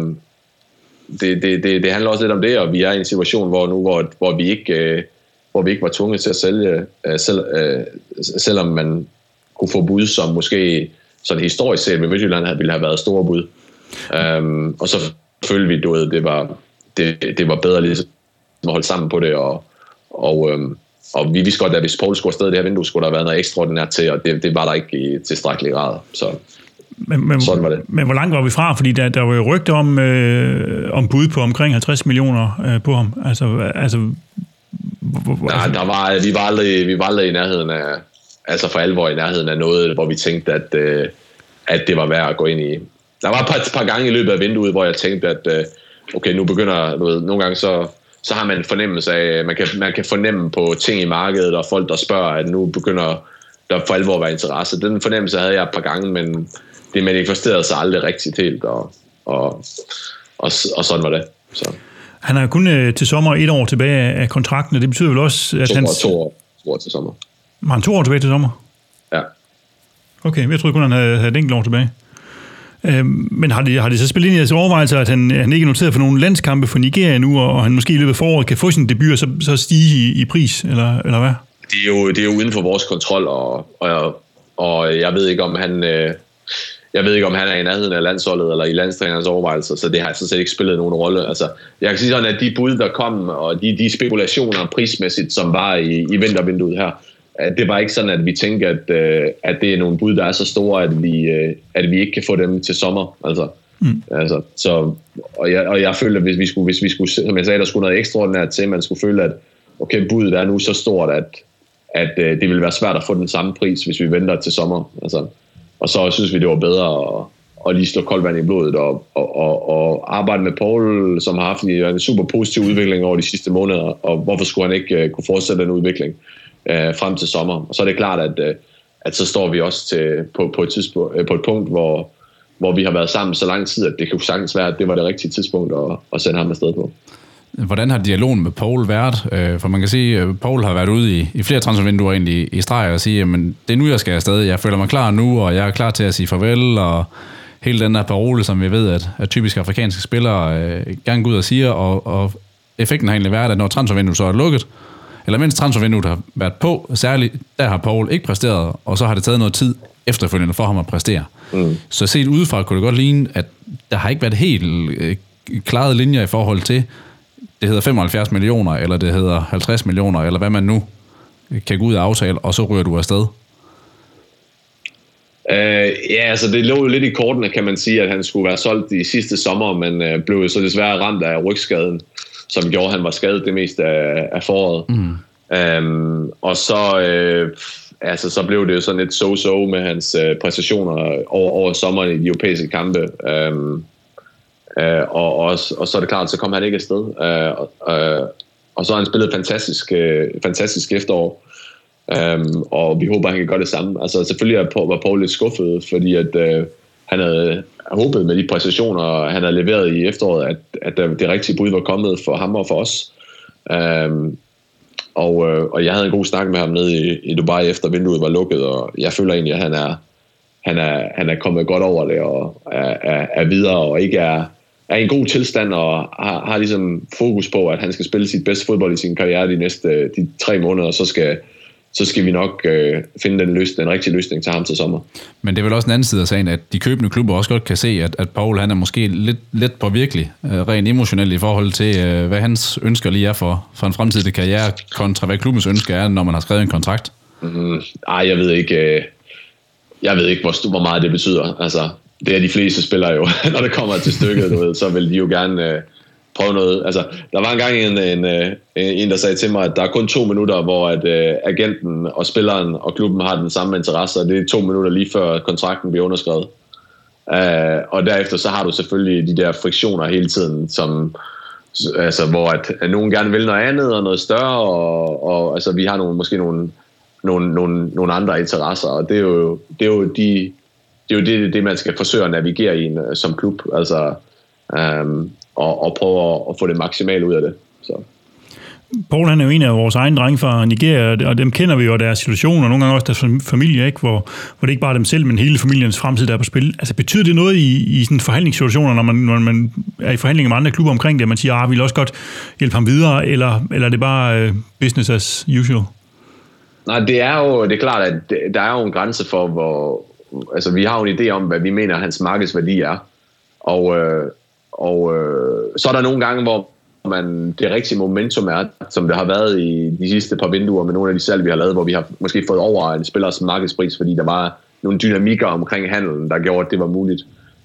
det, det, det, det handler også lidt om det, og vi er i en situation, hvor nu, hvor, hvor vi ikke... Øh, hvor vi ikke var tvunget til at sælge, øh, selv, øh, selvom man kunne få bud, som måske sådan historisk set ved Midtjylland ville have været store bud. Um, og så følte vi, du ved, det var, det, det var bedre ligesom at holde sammen på det, og, og, um, og vi vidste godt, at hvis Poul skulle afsted det her vindue, skulle der være noget ekstraordinært til, og det, det var der ikke i tilstrækkelig grad. Så men, men, sådan var det. Men hvor langt var vi fra? Fordi der, der var jo rygter om, øh, om bud på omkring halvtreds millioner øh, på ham. Altså... altså Nej, der var, vi, var aldrig, vi var aldrig i nærheden af, altså for alvor i nærheden af noget, hvor vi tænkte, at, øh, at det var værd at gå ind i. Der var et par, par gange i løbet af vinduet, hvor jeg tænkte, at øh, okay, nu begynder noget. Nogle gange så, så har man en fornemmelse af, man kan, man kan fornemme på ting i markedet, og folk, der spørger, at nu begynder der for alvor at være interesse. Den fornemmelse havde jeg et par gange, men det manifesterede sig aldrig rigtigt helt, og, og, og, og sådan var det. Så. Han har kun øh, til sommer et år tilbage af kontrakten, og det betyder vel også, at han... To år, to år til sommer. Var han to år tilbage til sommer? Ja. Okay, jeg troede kun, han havde, havde et enkelt år tilbage. Øh, men har de, har de så spillet ind i deres overvejelser, at han, han ikke er noteret for nogle landskampe for Nigeria nu, og han måske i løbet af foråret kan få sin debut og så, så stige i, i pris, eller, eller hvad? Det er, jo, det er jo uden for vores kontrol, og, og, og jeg ved ikke, om han... Øh, Jeg ved ikke, om han er i nærheden af landsholdet eller i landstrænerens overvejelser, så det har sådan set ikke spillet nogen rolle. Altså, jeg kan sige sådan, at de bud, der kom, og de, de spekulationer prismæssigt, som var i, i vintervinduet her, at det var ikke sådan, at vi tænker, at, at det er nogle bud, der er så store, at vi, at vi ikke kan få dem til sommer. Altså, mm. altså, så, og, jeg, og jeg følte, at hvis vi skulle, hvis vi skulle, som jeg sagde, der skulle noget ekstraordinært til, man skulle føle, at okay, budet er nu så stort, at, at det ville være svært at få den samme pris, hvis vi venter til sommer. Altså, og så synes vi, det var bedre at, at lige slå koldt vand i blodet og, og, og, og arbejde med Poul, som har haft en super positiv udvikling over de sidste måneder, og hvorfor skulle han ikke uh, kunne fortsætte den udvikling uh, frem til sommer. Og så er det klart, at, uh, at så står vi også til, på, på, et tidspunkt, uh, på et punkt, hvor, hvor vi har været sammen så lang tid, at det kan jo sagtens være, at det var det rigtige tidspunkt at, at sende ham afsted på. Hvordan har dialogen med Poul været? For man kan sige, at Poul har været ude i, i flere transfervinduer egentlig i streg og sige, at det er nu, jeg skal afsted. Jeg føler mig klar nu, og jeg er klar til at sige farvel, og hele den der parole, som vi ved, at, at typisk afrikanske spillere øh, gerne går ud og siger, og, og effekten har egentlig været, at når transfervinduet så er lukket, eller mens transfervinduet har været på, særligt, der har Poul ikke præsteret, og så har det taget noget tid efterfølgende for ham at præstere. Mm. Så set udefra kunne det godt ligne, at der har ikke været helt øh, klare linjer i forhold til, det hedder femoghalvfjerds millioner, eller det hedder halvtreds millioner, eller hvad man nu kan gå ud og aftale, og så ryger du afsted. Uh, ja, altså det lå jo lidt i kortene, kan man sige, at han skulle være solgt i sidste sommer, men uh, blev jo så desværre ramt af rygskaden, som gjorde, at han var skadet det meste af, af foråret. Mm. Um, og så, uh, altså, så blev det jo sådan lidt so-so med hans uh, præstationer over, over sommeren i de europæiske kampe. Um, Uh, og, og, og så er det klart, så kom han ikke afsted. Uh, uh, og så har han spillet fantastisk, uh, fantastisk efterår. Um, og vi håber, at han kan gøre det samme. Altså selvfølgelig var Poul lidt skuffet, fordi at, uh, han havde håbet med de præstationer, han havde leveret i efteråret, at, at det rigtige bud var kommet for ham og for os. Um, og, uh, og jeg havde en god snak med ham nede i, i Dubai, efter vinduet var lukket, og jeg føler egentlig, at han er, han er, han er kommet godt over det, og er, er, er videre, og ikke er er i en god tilstand og har, har ligesom fokus på, at han skal spille sit bedste fodbold i sin karriere de næste de tre måneder, og så skal, så skal vi nok øh, finde den, løsning, den rigtige løsning til ham til sommer. Men det er vel også en anden side af sagen, at de købende klubber også godt kan se, at, at Poul han er måske lidt, lidt påvirkelig, øh, rent emotionelt i forhold til, øh, hvad hans ønsker lige er for, for en fremtidig karriere, kontra hvad klubbens ønsker er, når man har skrevet en kontrakt. Mm, ej, jeg ved ikke, øh, jeg ved ikke hvor, hvor meget det betyder. Altså, det er de fleste spillere jo, når det kommer til stykket, du ved, så vil de jo gerne øh, prøve noget. Altså, der var engang en, en, en, en, der sagde til mig, at der er kun to minutter, hvor at, øh, agenten og spilleren og klubben har den samme interesse, og det er to minutter lige før kontrakten bliver underskrevet. Uh, og derefter så har du selvfølgelig de der friktioner hele tiden, som, altså, hvor at, at nogen gerne vil noget andet og noget større, og, og altså, vi har nogle, måske nogle, nogle, nogle, nogle andre interesser, og det er jo, det er jo de... Det er jo det, det, man skal forsøge at navigere i en, som klub. Altså, um, og, og prøve at, at få det maksimalt ud af det. Så. Paul, han er jo en af vores egne drenge fra Nigeria, og dem kender vi jo deres situation, og nogle gange også deres familie, ikke? Hvor, hvor det ikke bare er dem selv, men hele familiens fremtid, der er på spil. Altså, betyder det noget i, i sådan forhandlingssituationer, når man, når man er i forhandlinger med andre klubber omkring det, at man siger, ah, vi vil også godt hjælpe ham videre, eller, eller er det bare uh, business as usual? Nej, det er jo det er klart, at det, der er jo en grænse for, hvor... Altså, vi har jo en idé om, hvad vi mener, hans markedsværdi er. Og, øh, og øh, så er der nogle gange, hvor man det rigtige momentum er, som det har været i de sidste par vinduer med nogle af de salg, vi har lavet, hvor vi har måske fået over en spillers markedspris, fordi der var nogle dynamikker omkring handelen, der gjorde, at det var muligt.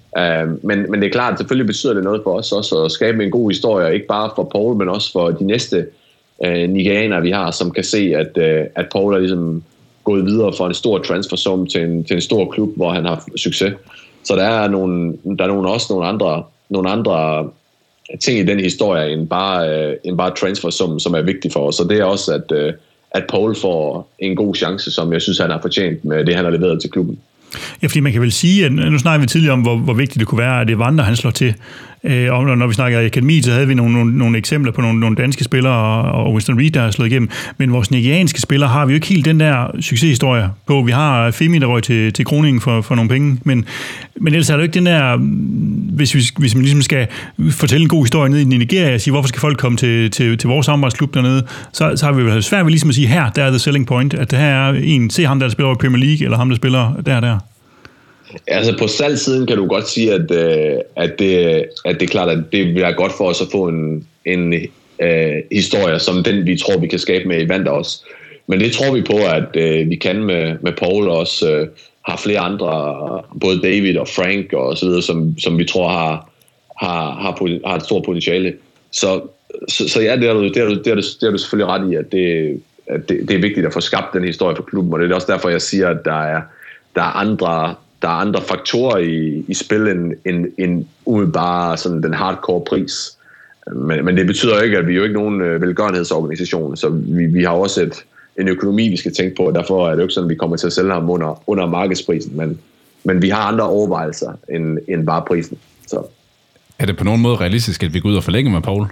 Uh, men, men det er klart, at selvfølgelig betyder det noget for os også at skabe en god historie, ikke bare for Paul, men også for de næste uh, nigerianere, vi har, som kan se, at, uh, at Paul er ligesom gået videre fra en stor transfersum til en, til en stor klub, hvor han har succes. Så der er, nogle, der er nogle, også nogle andre, nogle andre ting i den historie, end bare, øh, end bare transfersummen, som er vigtig for os. Og det er også, at, øh, at Paul får en god chance, som jeg synes, han har fortjent med det, han har leveret til klubben. Ja, fordi man kan vel sige, at nu snakker vi tidligere om, hvor, hvor vigtigt det kunne være, at det Evander, han slår til. Øh, og når vi snakker i akademi, så havde vi nogle, nogle, nogle eksempler på nogle, nogle danske spillere, og Winston Reed, der har slået igennem. Men vores nigerianske spillere har vi jo ikke helt den der succeshistorie på. Vi har Femi, der røg til, til Groningen for, for nogle penge, men, men ellers er der jo ikke den der, hvis, vi, hvis man ligesom skal fortælle en god historie nede i Nigeria, og sige, hvorfor skal folk komme til, til, til vores samarbejdsklub dernede, så, så har vi jo svært ved ligesom at sige, her, der er the selling point, at det her er en, se ham, der spiller i Premier League, eller ham, der spiller der og der. Altså på salgsiden kan du godt sige, at, øh, at, det, at det er klart, at det vil være godt for os at få en, en øh, historie, som den vi tror, vi kan skabe med Evander også. Men det tror vi på, at øh, vi kan med, med Paul også øh, har flere andre, både David og Frank og så videre, som, som vi tror har, har, har, har et stort potentiale. Så, så, så ja, det er, du, det, er du, det, er du, det er du selvfølgelig ret i, at, det, at det, det er vigtigt at få skabt den historie for klubben, og det er også derfor, jeg siger, at der er, der er andre... Der er andre faktorer i, i spil end, end, end umiddelbare sådan den hardcore pris. Men, men det betyder jo ikke, at vi er jo ikke nogen velgørenhedsorganisation, så vi, vi har også et, en økonomi, vi skal tænke på, og derfor er det jo ikke sådan, at vi kommer til at sælge ham under, under markedsprisen, men, men vi har andre overvejelser end, end bare prisen. Så. Er det på nogen måde realistisk, at vi går ud og forlænger med Paul?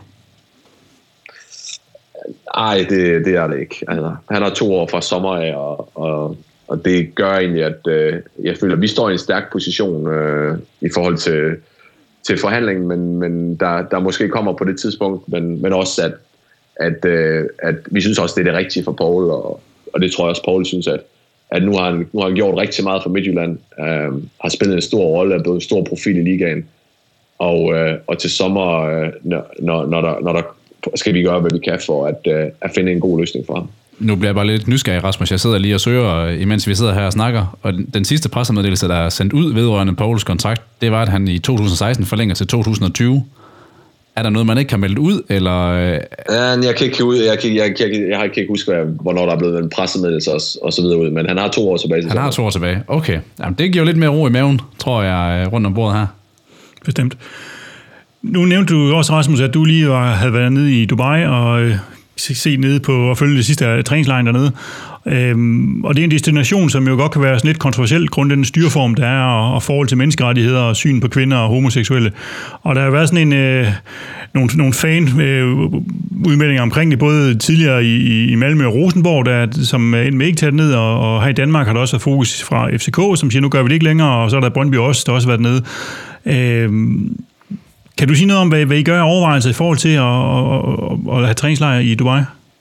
Nej, det, det er det ikke. Altså, han har to år fra sommer af, og, og Og det gør egentlig, at øh, jeg føler, at vi står i en stærk position øh, i forhold til, til forhandlingen, men, men der, der måske kommer på det tidspunkt, men, men også, at, at, øh, at vi synes også, det er det rigtige for Paul, og, og det tror jeg også, Paul synes, at, at nu, har han, nu har han gjort rigtig meget for Midtjylland, øh, har spillet en stor rolle, er blevet en stor profil i ligaen, og, øh, og til sommer, øh, når, når, der, når der skal vi gøre, hvad vi kan for at, øh, at finde en god løsning for ham. Nu bliver jeg bare lidt nysgerrig, Rasmus. Jeg sidder lige og søger, imens vi sidder her og snakker. Og den sidste pressemeddelelse, der er sendt ud vedrørende Pauls kontrakt, det var, at han i to tusind og seksten forlænger til to tusind og tyve. Er der noget, man ikke kan melde ud, eller? Ja, jeg kan ikke ud. Jeg, kan, jeg, jeg, jeg har ikke huske, hvornår der er blevet en pressemeddelelse og, og så videre ud. Men han har to år tilbage. Han har to år tilbage. Okay. Jamen, det giver jo lidt mere ro i maven, tror jeg, rundt om bordet her. Bestemt. Nu nævnte du også, Rasmus, at du lige havde været nede i Dubai og se nede på og følge det sidste træningslejr dernede. Øhm, og det er en destination, som jo godt kan være sådan lidt kontroversiel, grund den styreform, der er, og, og forhold til menneskerettigheder og syn på kvinder og homoseksuelle. Og der har været sådan en, øh, nogle, nogle fan-udmeldinger øh, omkring det, både tidligere i, i Malmø og Rosenborg, der, som er endte med ikke taget ned, og, og her i Danmark har der også været fokus fra F C K, som siger, nu gør vi det ikke længere, og så er der Brøndby også, der også har været nede. Øhm, Kan du sige noget om, hvad, hvad I gør overvejelser i forhold til at, at, at have træningslejre i Dubai?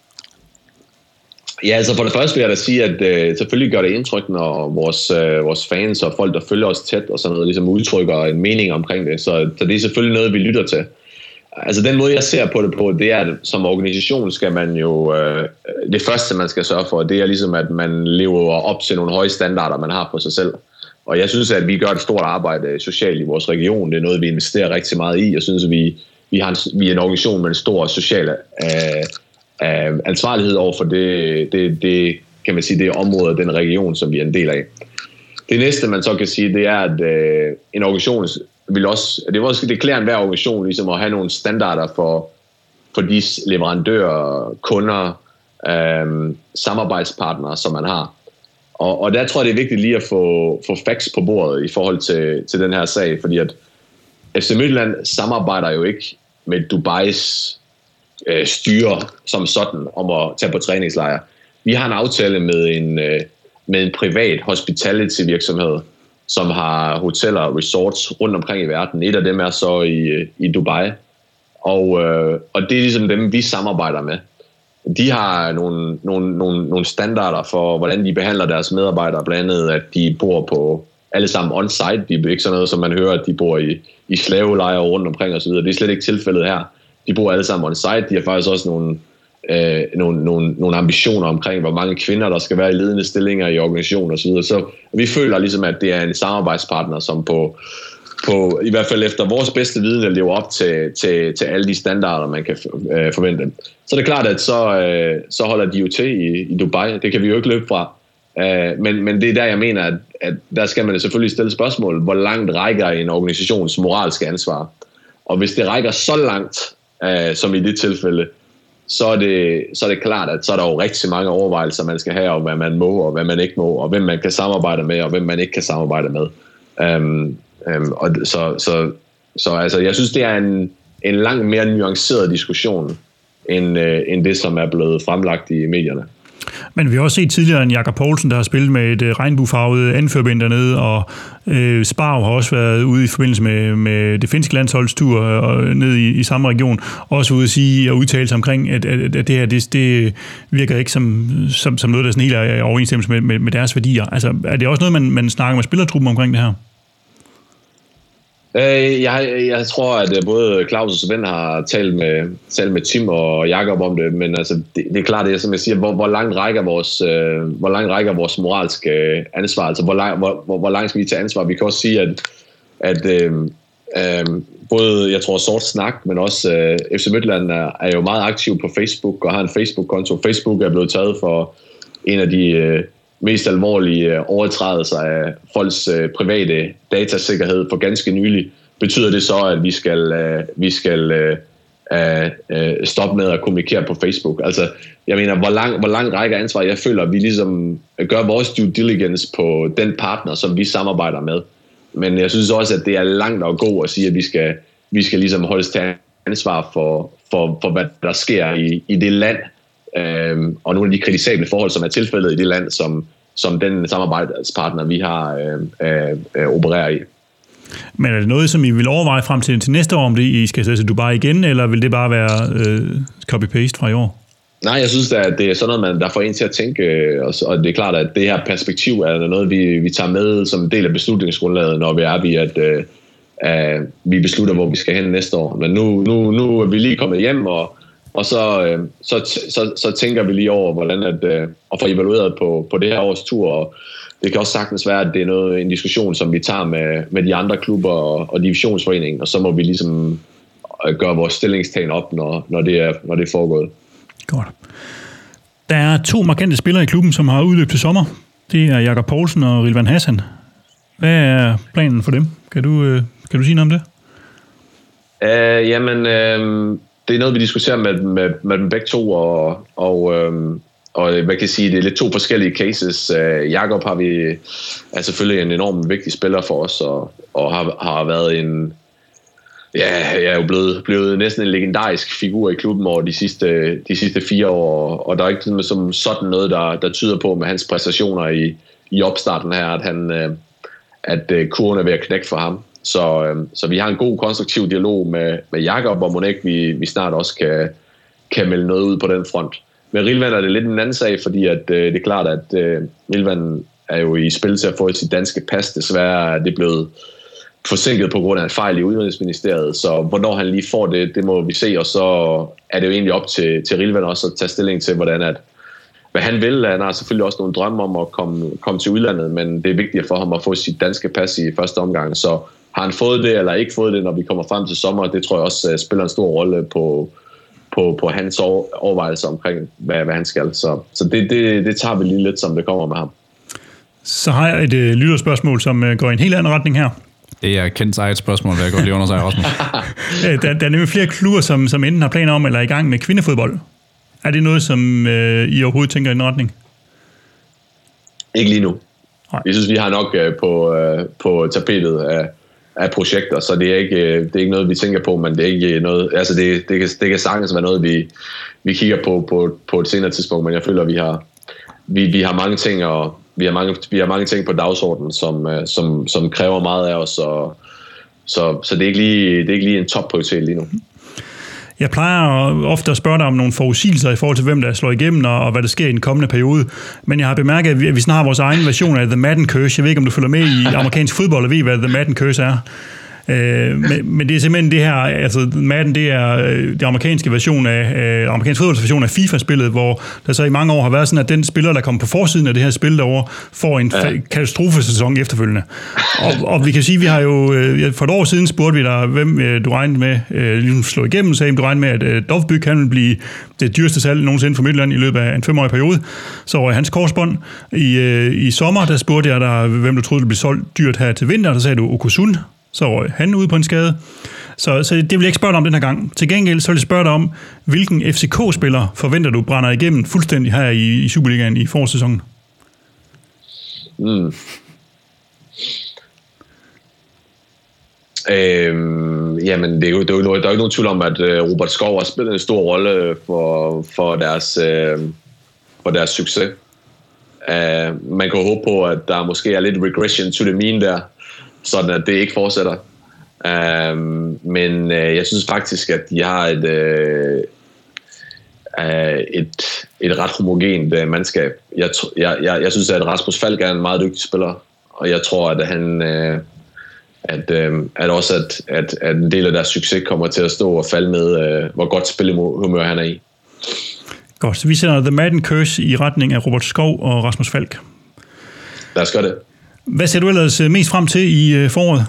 Ja, altså for det første vil jeg da sige, at øh, selvfølgelig gør det indtryk, når vores, øh, vores fans og folk, der følger os tæt og sådan noget, ligesom udtrykker en mening omkring det. Så, så det er selvfølgelig noget, vi lytter til. Altså den måde, jeg ser på det på, det er, at som organisation skal man jo, øh, det første man skal sørge for, det er ligesom, at man lever op til nogle høje standarder, man har på sig selv. Og jeg synes, at vi gør et stort arbejde socialt i vores region. Det er noget, vi investerer rigtig meget i. Jeg synes, at vi, vi, har en, vi er en organisation med en stor social øh, øh, ansvarlighed over for det, det, det, kan man sige, det område, den region, som vi er en del af. Det næste, man så kan sige, det er, at øh, en organisation vil også, det vil også det klæder enhver organisation ligesom at have nogle standarder for, for de leverandører, kunder, øh, samarbejdspartnere, som man har. Og, og der tror jeg, det er vigtigt lige at få, få facts på bordet i forhold til, til den her sag, fordi at F C Midtjylland samarbejder jo ikke med Dubais øh, styre som sådan om at tage på træningslejre. Vi har en aftale med en, øh, med en privat hospitality virksomhed, som har hoteller og resorts rundt omkring i verden. Et af dem er så i, i Dubai. Og, øh, og det er ligesom dem, vi samarbejder med. De har nogle, nogle, nogle, nogle standarder for, hvordan de behandler deres medarbejdere. Blandt andet, at de bor på alle sammen on-site. De er ikke sådan noget, som man hører, at de bor i, i slavelejre rundt omkring osv. Det er slet ikke tilfældet her. De bor alle sammen on-site. De har faktisk også nogle, øh, nogle, nogle, nogle ambitioner omkring, hvor mange kvinder, der skal være i ledende stillinger i organisationen osv. Så vi føler ligesom, at det er en samarbejdspartner, som på, på i hvert fald efter vores bedste viden, lever op til, til, til alle de standarder, man kan øh, forvente. Så det er klart, at så, øh, så holder de jo til i, i Dubai. Det kan vi jo ikke løbe fra. Uh, men, men det er der, jeg mener, at, at der skal man selvfølgelig stille spørgsmål, hvor langt rækker en organisations moralske ansvar. Og hvis det rækker så langt, uh, som i det tilfælde, så er det, så er det klart, at så er der jo rigtig mange overvejelser, man skal have, om hvad man må, og hvad man ikke må, og hvem man kan samarbejde med, og hvem man ikke kan samarbejde med. Um, um, og så, så, så altså, jeg synes, det er en, en langt mere nuanceret diskussion, end, uh, end det, som er blevet fremlagt i medierne. Men vi har også set tidligere en Jakob Poulsen, der har spillet med et regnbuefarvet anførbind dernede, og øh, Sparv har også været ude i forbindelse med, med det finske landsholdstur og ned i, i samme region, også ude at sige og udtale sig omkring, at, at, at det her det, det virker ikke som, som, som noget, der sådan helt er i overensstemmelse med, med, med deres værdier. Altså, er det også noget, man, man snakker med spillertruppen omkring det her? Jeg, jeg tror, at både Claus og Svend har talt med, talt med Tim og Jakob om det, men altså, det, det er klart, det som jeg siger, hvor, hvor langt rækker vores, øh, hvor langt rækker vores moralske ansvar, altså hvor, lang, hvor, hvor, hvor langt skal vi tage ansvar? Vi kan også sige, at, at øh, øh, både, jeg tror, Sort Snak, men også øh, F C Midtjylland er, er jo meget aktiv på Facebook og har en Facebook-konto. Facebook er blevet taget for en af de øh, mest alvorlige overtrædelser af folks øh, private datasikkerhed for ganske nylig. Betyder det så, at vi skal, øh, vi skal øh, øh, stoppe med at kommunikere på Facebook? Altså, jeg mener, hvor lang, hvor lang række ansvar jeg føler, at vi ligesom gør vores due diligence på den partner, som vi samarbejder med. Men jeg synes også, at det er langt at gå at sige, at vi skal, vi skal ligesom holdes til ansvar for, for, for hvad der sker i, i det land, øh, og nogle af de kritisable forhold, som er tilfældet i det land, som, som den samarbejdspartner, vi har, øh, øh, opererer i. Men er det noget, som I vil overveje frem til, til næste år, om det I skal til Dubai igen, eller vil det bare være øh, copy-paste fra i år? Nej, jeg synes, at det er sådan noget, man, der får en til at tænke, og det er klart, at det her perspektiv er noget, vi, vi tager med som en del af beslutningsgrundlaget, når vi er ved, at øh, at vi beslutter, hvor vi skal hen næste år. Men nu, nu, nu er vi lige kommet hjem, og, og så, øh, så, så, så tænker vi lige over, hvordan at, øh, at få evalueret på, på det her års tur, og det kan også sagtens være, at det er noget, en diskussion, som vi tager med, med de andre klubber og, og divisionsforeningen, og så må vi ligesom gøre vores stillingstagen op, når, når, det er, når det er foregået. Godt. Der er to markante spillere i klubben, som har udløb til sommer. Det er Jakob Poulsen og Rilvan Hassan. Hvad er planen for dem? Kan du, kan du sige noget om det? Uh, jamen, uh, det er noget, vi diskuterer med, med, med dem begge to, og, og, uh, og man kan sige, det er lidt to forskellige cases. Uh, Jakob har vi, er selvfølgelig en enormt vigtig spiller for os, og, og har, har været en... Ja, jeg er jo blevet, blevet næsten en legendarisk figur i klubben over de sidste, de sidste fire år, og der er ikke som sådan noget, der, der tyder på med hans præstationer i, i opstarten her, at, han, at kurven er ved at knække for ham. Så, så vi har en god, konstruktiv dialog med, med Jakob, og må ikke vi, vi snart også kan, kan melde noget ud på den front. Med Rilvan er det lidt en anden sag, fordi at, det er klart, at Rilvan er jo i spil til at få sit danske pas. Desværre er det blevet forsinket på grund af en fejl i Udenrigsministeriet, så hvornår han lige får det, det må vi se, og så er det jo egentlig op til, til Rilvan også at tage stilling til, hvordan at, hvad han vil. Han har selvfølgelig også nogle drømme om at komme, komme til udlandet, men det er vigtigt for ham at få sit danske pas i første omgang, så har han fået det eller ikke fået det, når vi kommer frem til sommer, det tror jeg også spiller en stor rolle på, på, på hans overvejelser omkring, hvad, hvad han skal. Så, så det, det, det tager vi lige lidt, som det kommer med ham. Så har jeg et uh, lytterspørgsmål, som uh, går i en helt anden retning her. Det er kendt sig et spørgsmål, hvad jeg godt lige under sig, Rasmus. der, der er nemlig flere klubber, som, som enten har planer om eller er i gang med kvindefodbold. Er det noget, som øh, I overhovedet tænker i den retning? Ikke lige nu. Nej. Jeg synes, vi har nok øh, på, øh, på tapetet af, af projekter, så det er ikke, det er ikke noget, vi tænker på, men det er ikke noget, altså det, det, kan, det kan sagtens være noget, vi, vi kigger på, på på et senere tidspunkt, men jeg føler, at vi har, vi, vi har mange ting, og vi har mange, vi har mange ting på dagsordenen, som, som, som kræver meget af os, og, så, så det er ikke lige, det er ikke lige en topprioritet lige nu. Jeg plejer ofte at spørge dig om nogle forudsigelser i forhold til, hvem der slår igennem, og hvad der sker i den kommende periode. Men jeg har bemærket, at vi snart har vores egen version af The Madden Curse. Jeg ved ikke, om du følger med i amerikansk fodbold og ved, hvad The Madden Curse er. Øh, men, men det er simpelthen det her, altså Madden, det er det amerikanske version af, øh, amerikansk fodbolds version af FIFA-spillet, hvor der så i mange år har været sådan, at den spiller, der kommer på forsiden af det her spil derovre, får en ja. katastrofesæson efterfølgende. Og, og vi kan sige, vi har jo, øh, for et år siden spurgte vi dig, hvem øh, du regnede med, øh, ligesom slå igennem, sagde du regnede med, at øh, Dovbyk kan vil blive det dyreste salg nogensinde for Midtjylland i løbet af en femårig periode. Så var hans korsbånd. I, øh, I sommer, der spurgte jeg dig, hvem du troede, det blev solgt dyrt her til vinter, der sagde du Okusun. Så røg han ude på en skade. Så, så det vil jeg ikke spørge dig om den her gang. Til gengæld så vil jeg spørge dig om, hvilken F C K-spiller forventer du brænder igennem fuldstændig her i, i Superligaen i forårssæsonen? Mm. Øhm, jamen, det er jo, det er jo, der er jo ikke nogen tvivl om, at uh, Robert Skov har spillet en stor rolle for, for, deres, uh, for deres succes. Uh, man kan håbe på, at der måske er lidt regression to the mean der, sådan at det ikke fortsætter. Um, men uh, jeg synes faktisk, at de har et, uh, uh, et, et ret homogent uh, mandskab. Jeg, jeg, jeg, jeg synes, at Rasmus Falk er en meget dygtig spiller, og jeg tror, at han... Uh, At, øh, at også at, at, at en del af deres succes kommer til at stå og falde med, øh, hvor godt spillehumør han er i. Godt, så vi sender The Madden Curse i retning af Robert Skov og Rasmus Falk. Lad os gøre det. Hvad ser du ellers mest frem til i øh, foråret?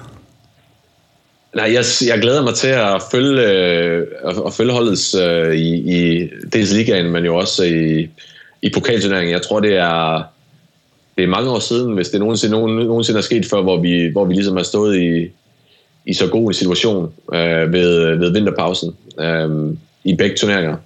Nej, jeg, jeg glæder mig til at følge, øh, at følge holdets øh, i, i dels ligaen, men jo også i, i pokalturneringen. Jeg tror, det er... Det er mange år siden, hvis det nogensinde, nogen, nogensinde er sket før, hvor vi, hvor vi ligesom har stået i, i så god en situation øh, ved, ved vinterpausen øh, i begge turneringer.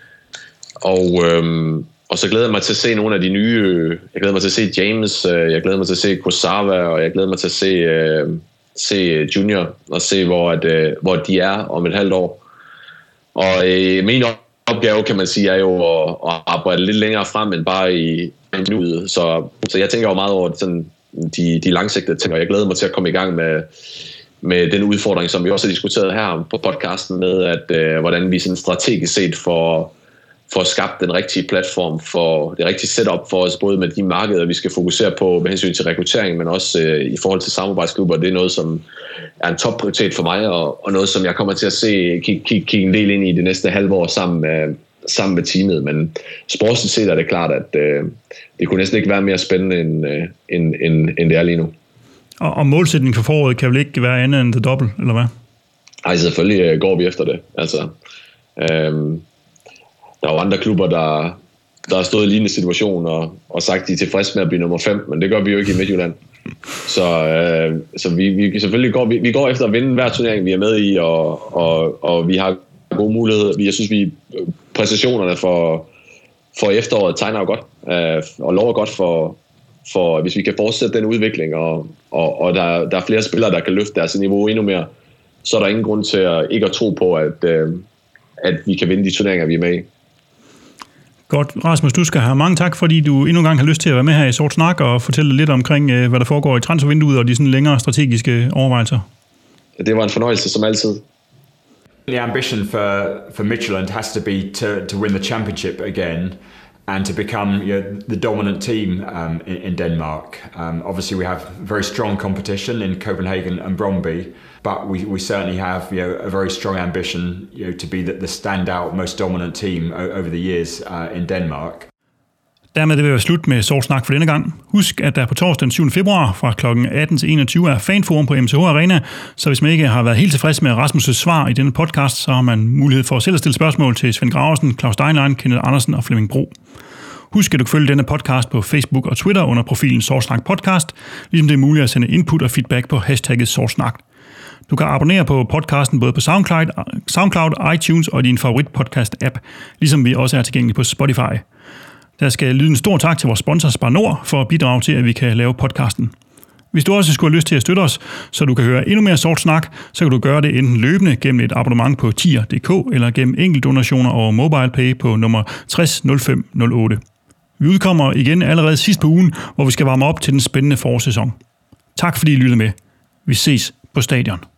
Og, øh, og så glæder jeg mig til at se nogle af de nye. Jeg glæder mig til at se James, øh, jeg glæder mig til at se Kurzawa, og jeg glæder mig til at se, øh, se Junior, og se, hvor, at, øh, hvor de er om et halvt år. Og øh, min opgave, kan man sige, er jo at, at arbejde lidt længere frem end bare i nuet. Så, så jeg tænker jo meget over sådan, de, de langsigtede ting, og jeg glæder mig til at komme i gang med, med den udfordring, som vi også har diskuteret her på podcasten, med at øh, hvordan vi sådan strategisk set får, får skabt den rigtige platform, for det rigtige setup for os, både med de markeder, vi skal fokusere på med hensyn til rekruttering, men også øh, i forhold til samarbejdsklubber. Det er noget, som er en topprioritet for mig, og, og noget, som jeg kommer til at se, kigge kig, kig en del ind i det næste halve år sammen med, sammen med teamet. Men sportsligt set er det klart, at øh, det kunne næsten ikke være mere spændende, end, øh, end, end, end det er lige nu. Og, og målsætningen for foråret kan vel ikke være andet end det dobbelt, eller hvad? Nej, selvfølgelig øh, går vi efter det. Altså, øh, der er jo andre klubber, der, der har stået i lignende situation og, og sagt, at de er tilfredse med at blive nummer fem, men det gør vi jo ikke i Midtjylland. Så, øh, så vi, vi selvfølgelig går, vi, vi går efter at vinde hver turnering, vi er med i, og, og, og vi har gode muligheder. Jeg synes, vi præstationerne for, for efteråret tegner jo godt, øh, og lover godt for, for, hvis vi kan fortsætte den udvikling, og, og, og der, der er flere spillere, der kan løfte deres niveau endnu mere, så er der ingen grund til at ikke at tro på, at, øh, at vi kan vinde de turneringer, vi er med i. Godt. Rasmus, du skal have mange tak, fordi du endnu en gang har lyst til at være med her i Sort Snak og fortælle lidt omkring, hvad der foregår i transfervinduet og de sådan længere strategiske overvejelser. Det var en fornøjelse, som altid. The ambition for, for Midtjylland has to be to, to win the championship again and to become, you know, the dominant team um, in, in Denmark. Um, obviously, we have very strong competition in Copenhagen and Brøndby, but we, we certainly have, you know, a very strong ambition, you know, to be the, the standout, most dominant team over the years uh, in Denmark. Dermed det vil være slut med Sort Snak for denne gang. Husk, at der på torsdag den syvende februar fra klokken atten til enogtyve er fanforum på M C H Arena, så hvis man ikke har været helt tilfreds med Rasmus' svar i denne podcast, så har man mulighed for selv at stille spørgsmål til Svend Graversen, Claus Steinlein, Kenneth Andersen og Flemming Bro. Husk, at du kan følge denne podcast på Facebook og Twitter under profilen Sort Snak Podcast, ligesom det er muligt at sende input og feedback på hashtagget Sort Snak. Du kan abonnere på podcasten både på SoundCloud, SoundCloud, iTunes og din favorit podcast-app, ligesom vi også er tilgængelige på Spotify. Der skal lyde en stor tak til vores sponsor Spar Nord for at bidrage til, at vi kan lave podcasten. Hvis du også skulle have lyst til at støtte os, så du kan høre endnu mere Sort Snak, så kan du gøre det enten løbende gennem et abonnement på tier punktum d k eller gennem enkeltdonationer over MobilePay på nummer tres nul fem nul otte. Vi udkommer igen allerede sidst på ugen, hvor vi skal varme op til den spændende forårssæson. Tak fordi I lyttede med. Vi ses på stadion.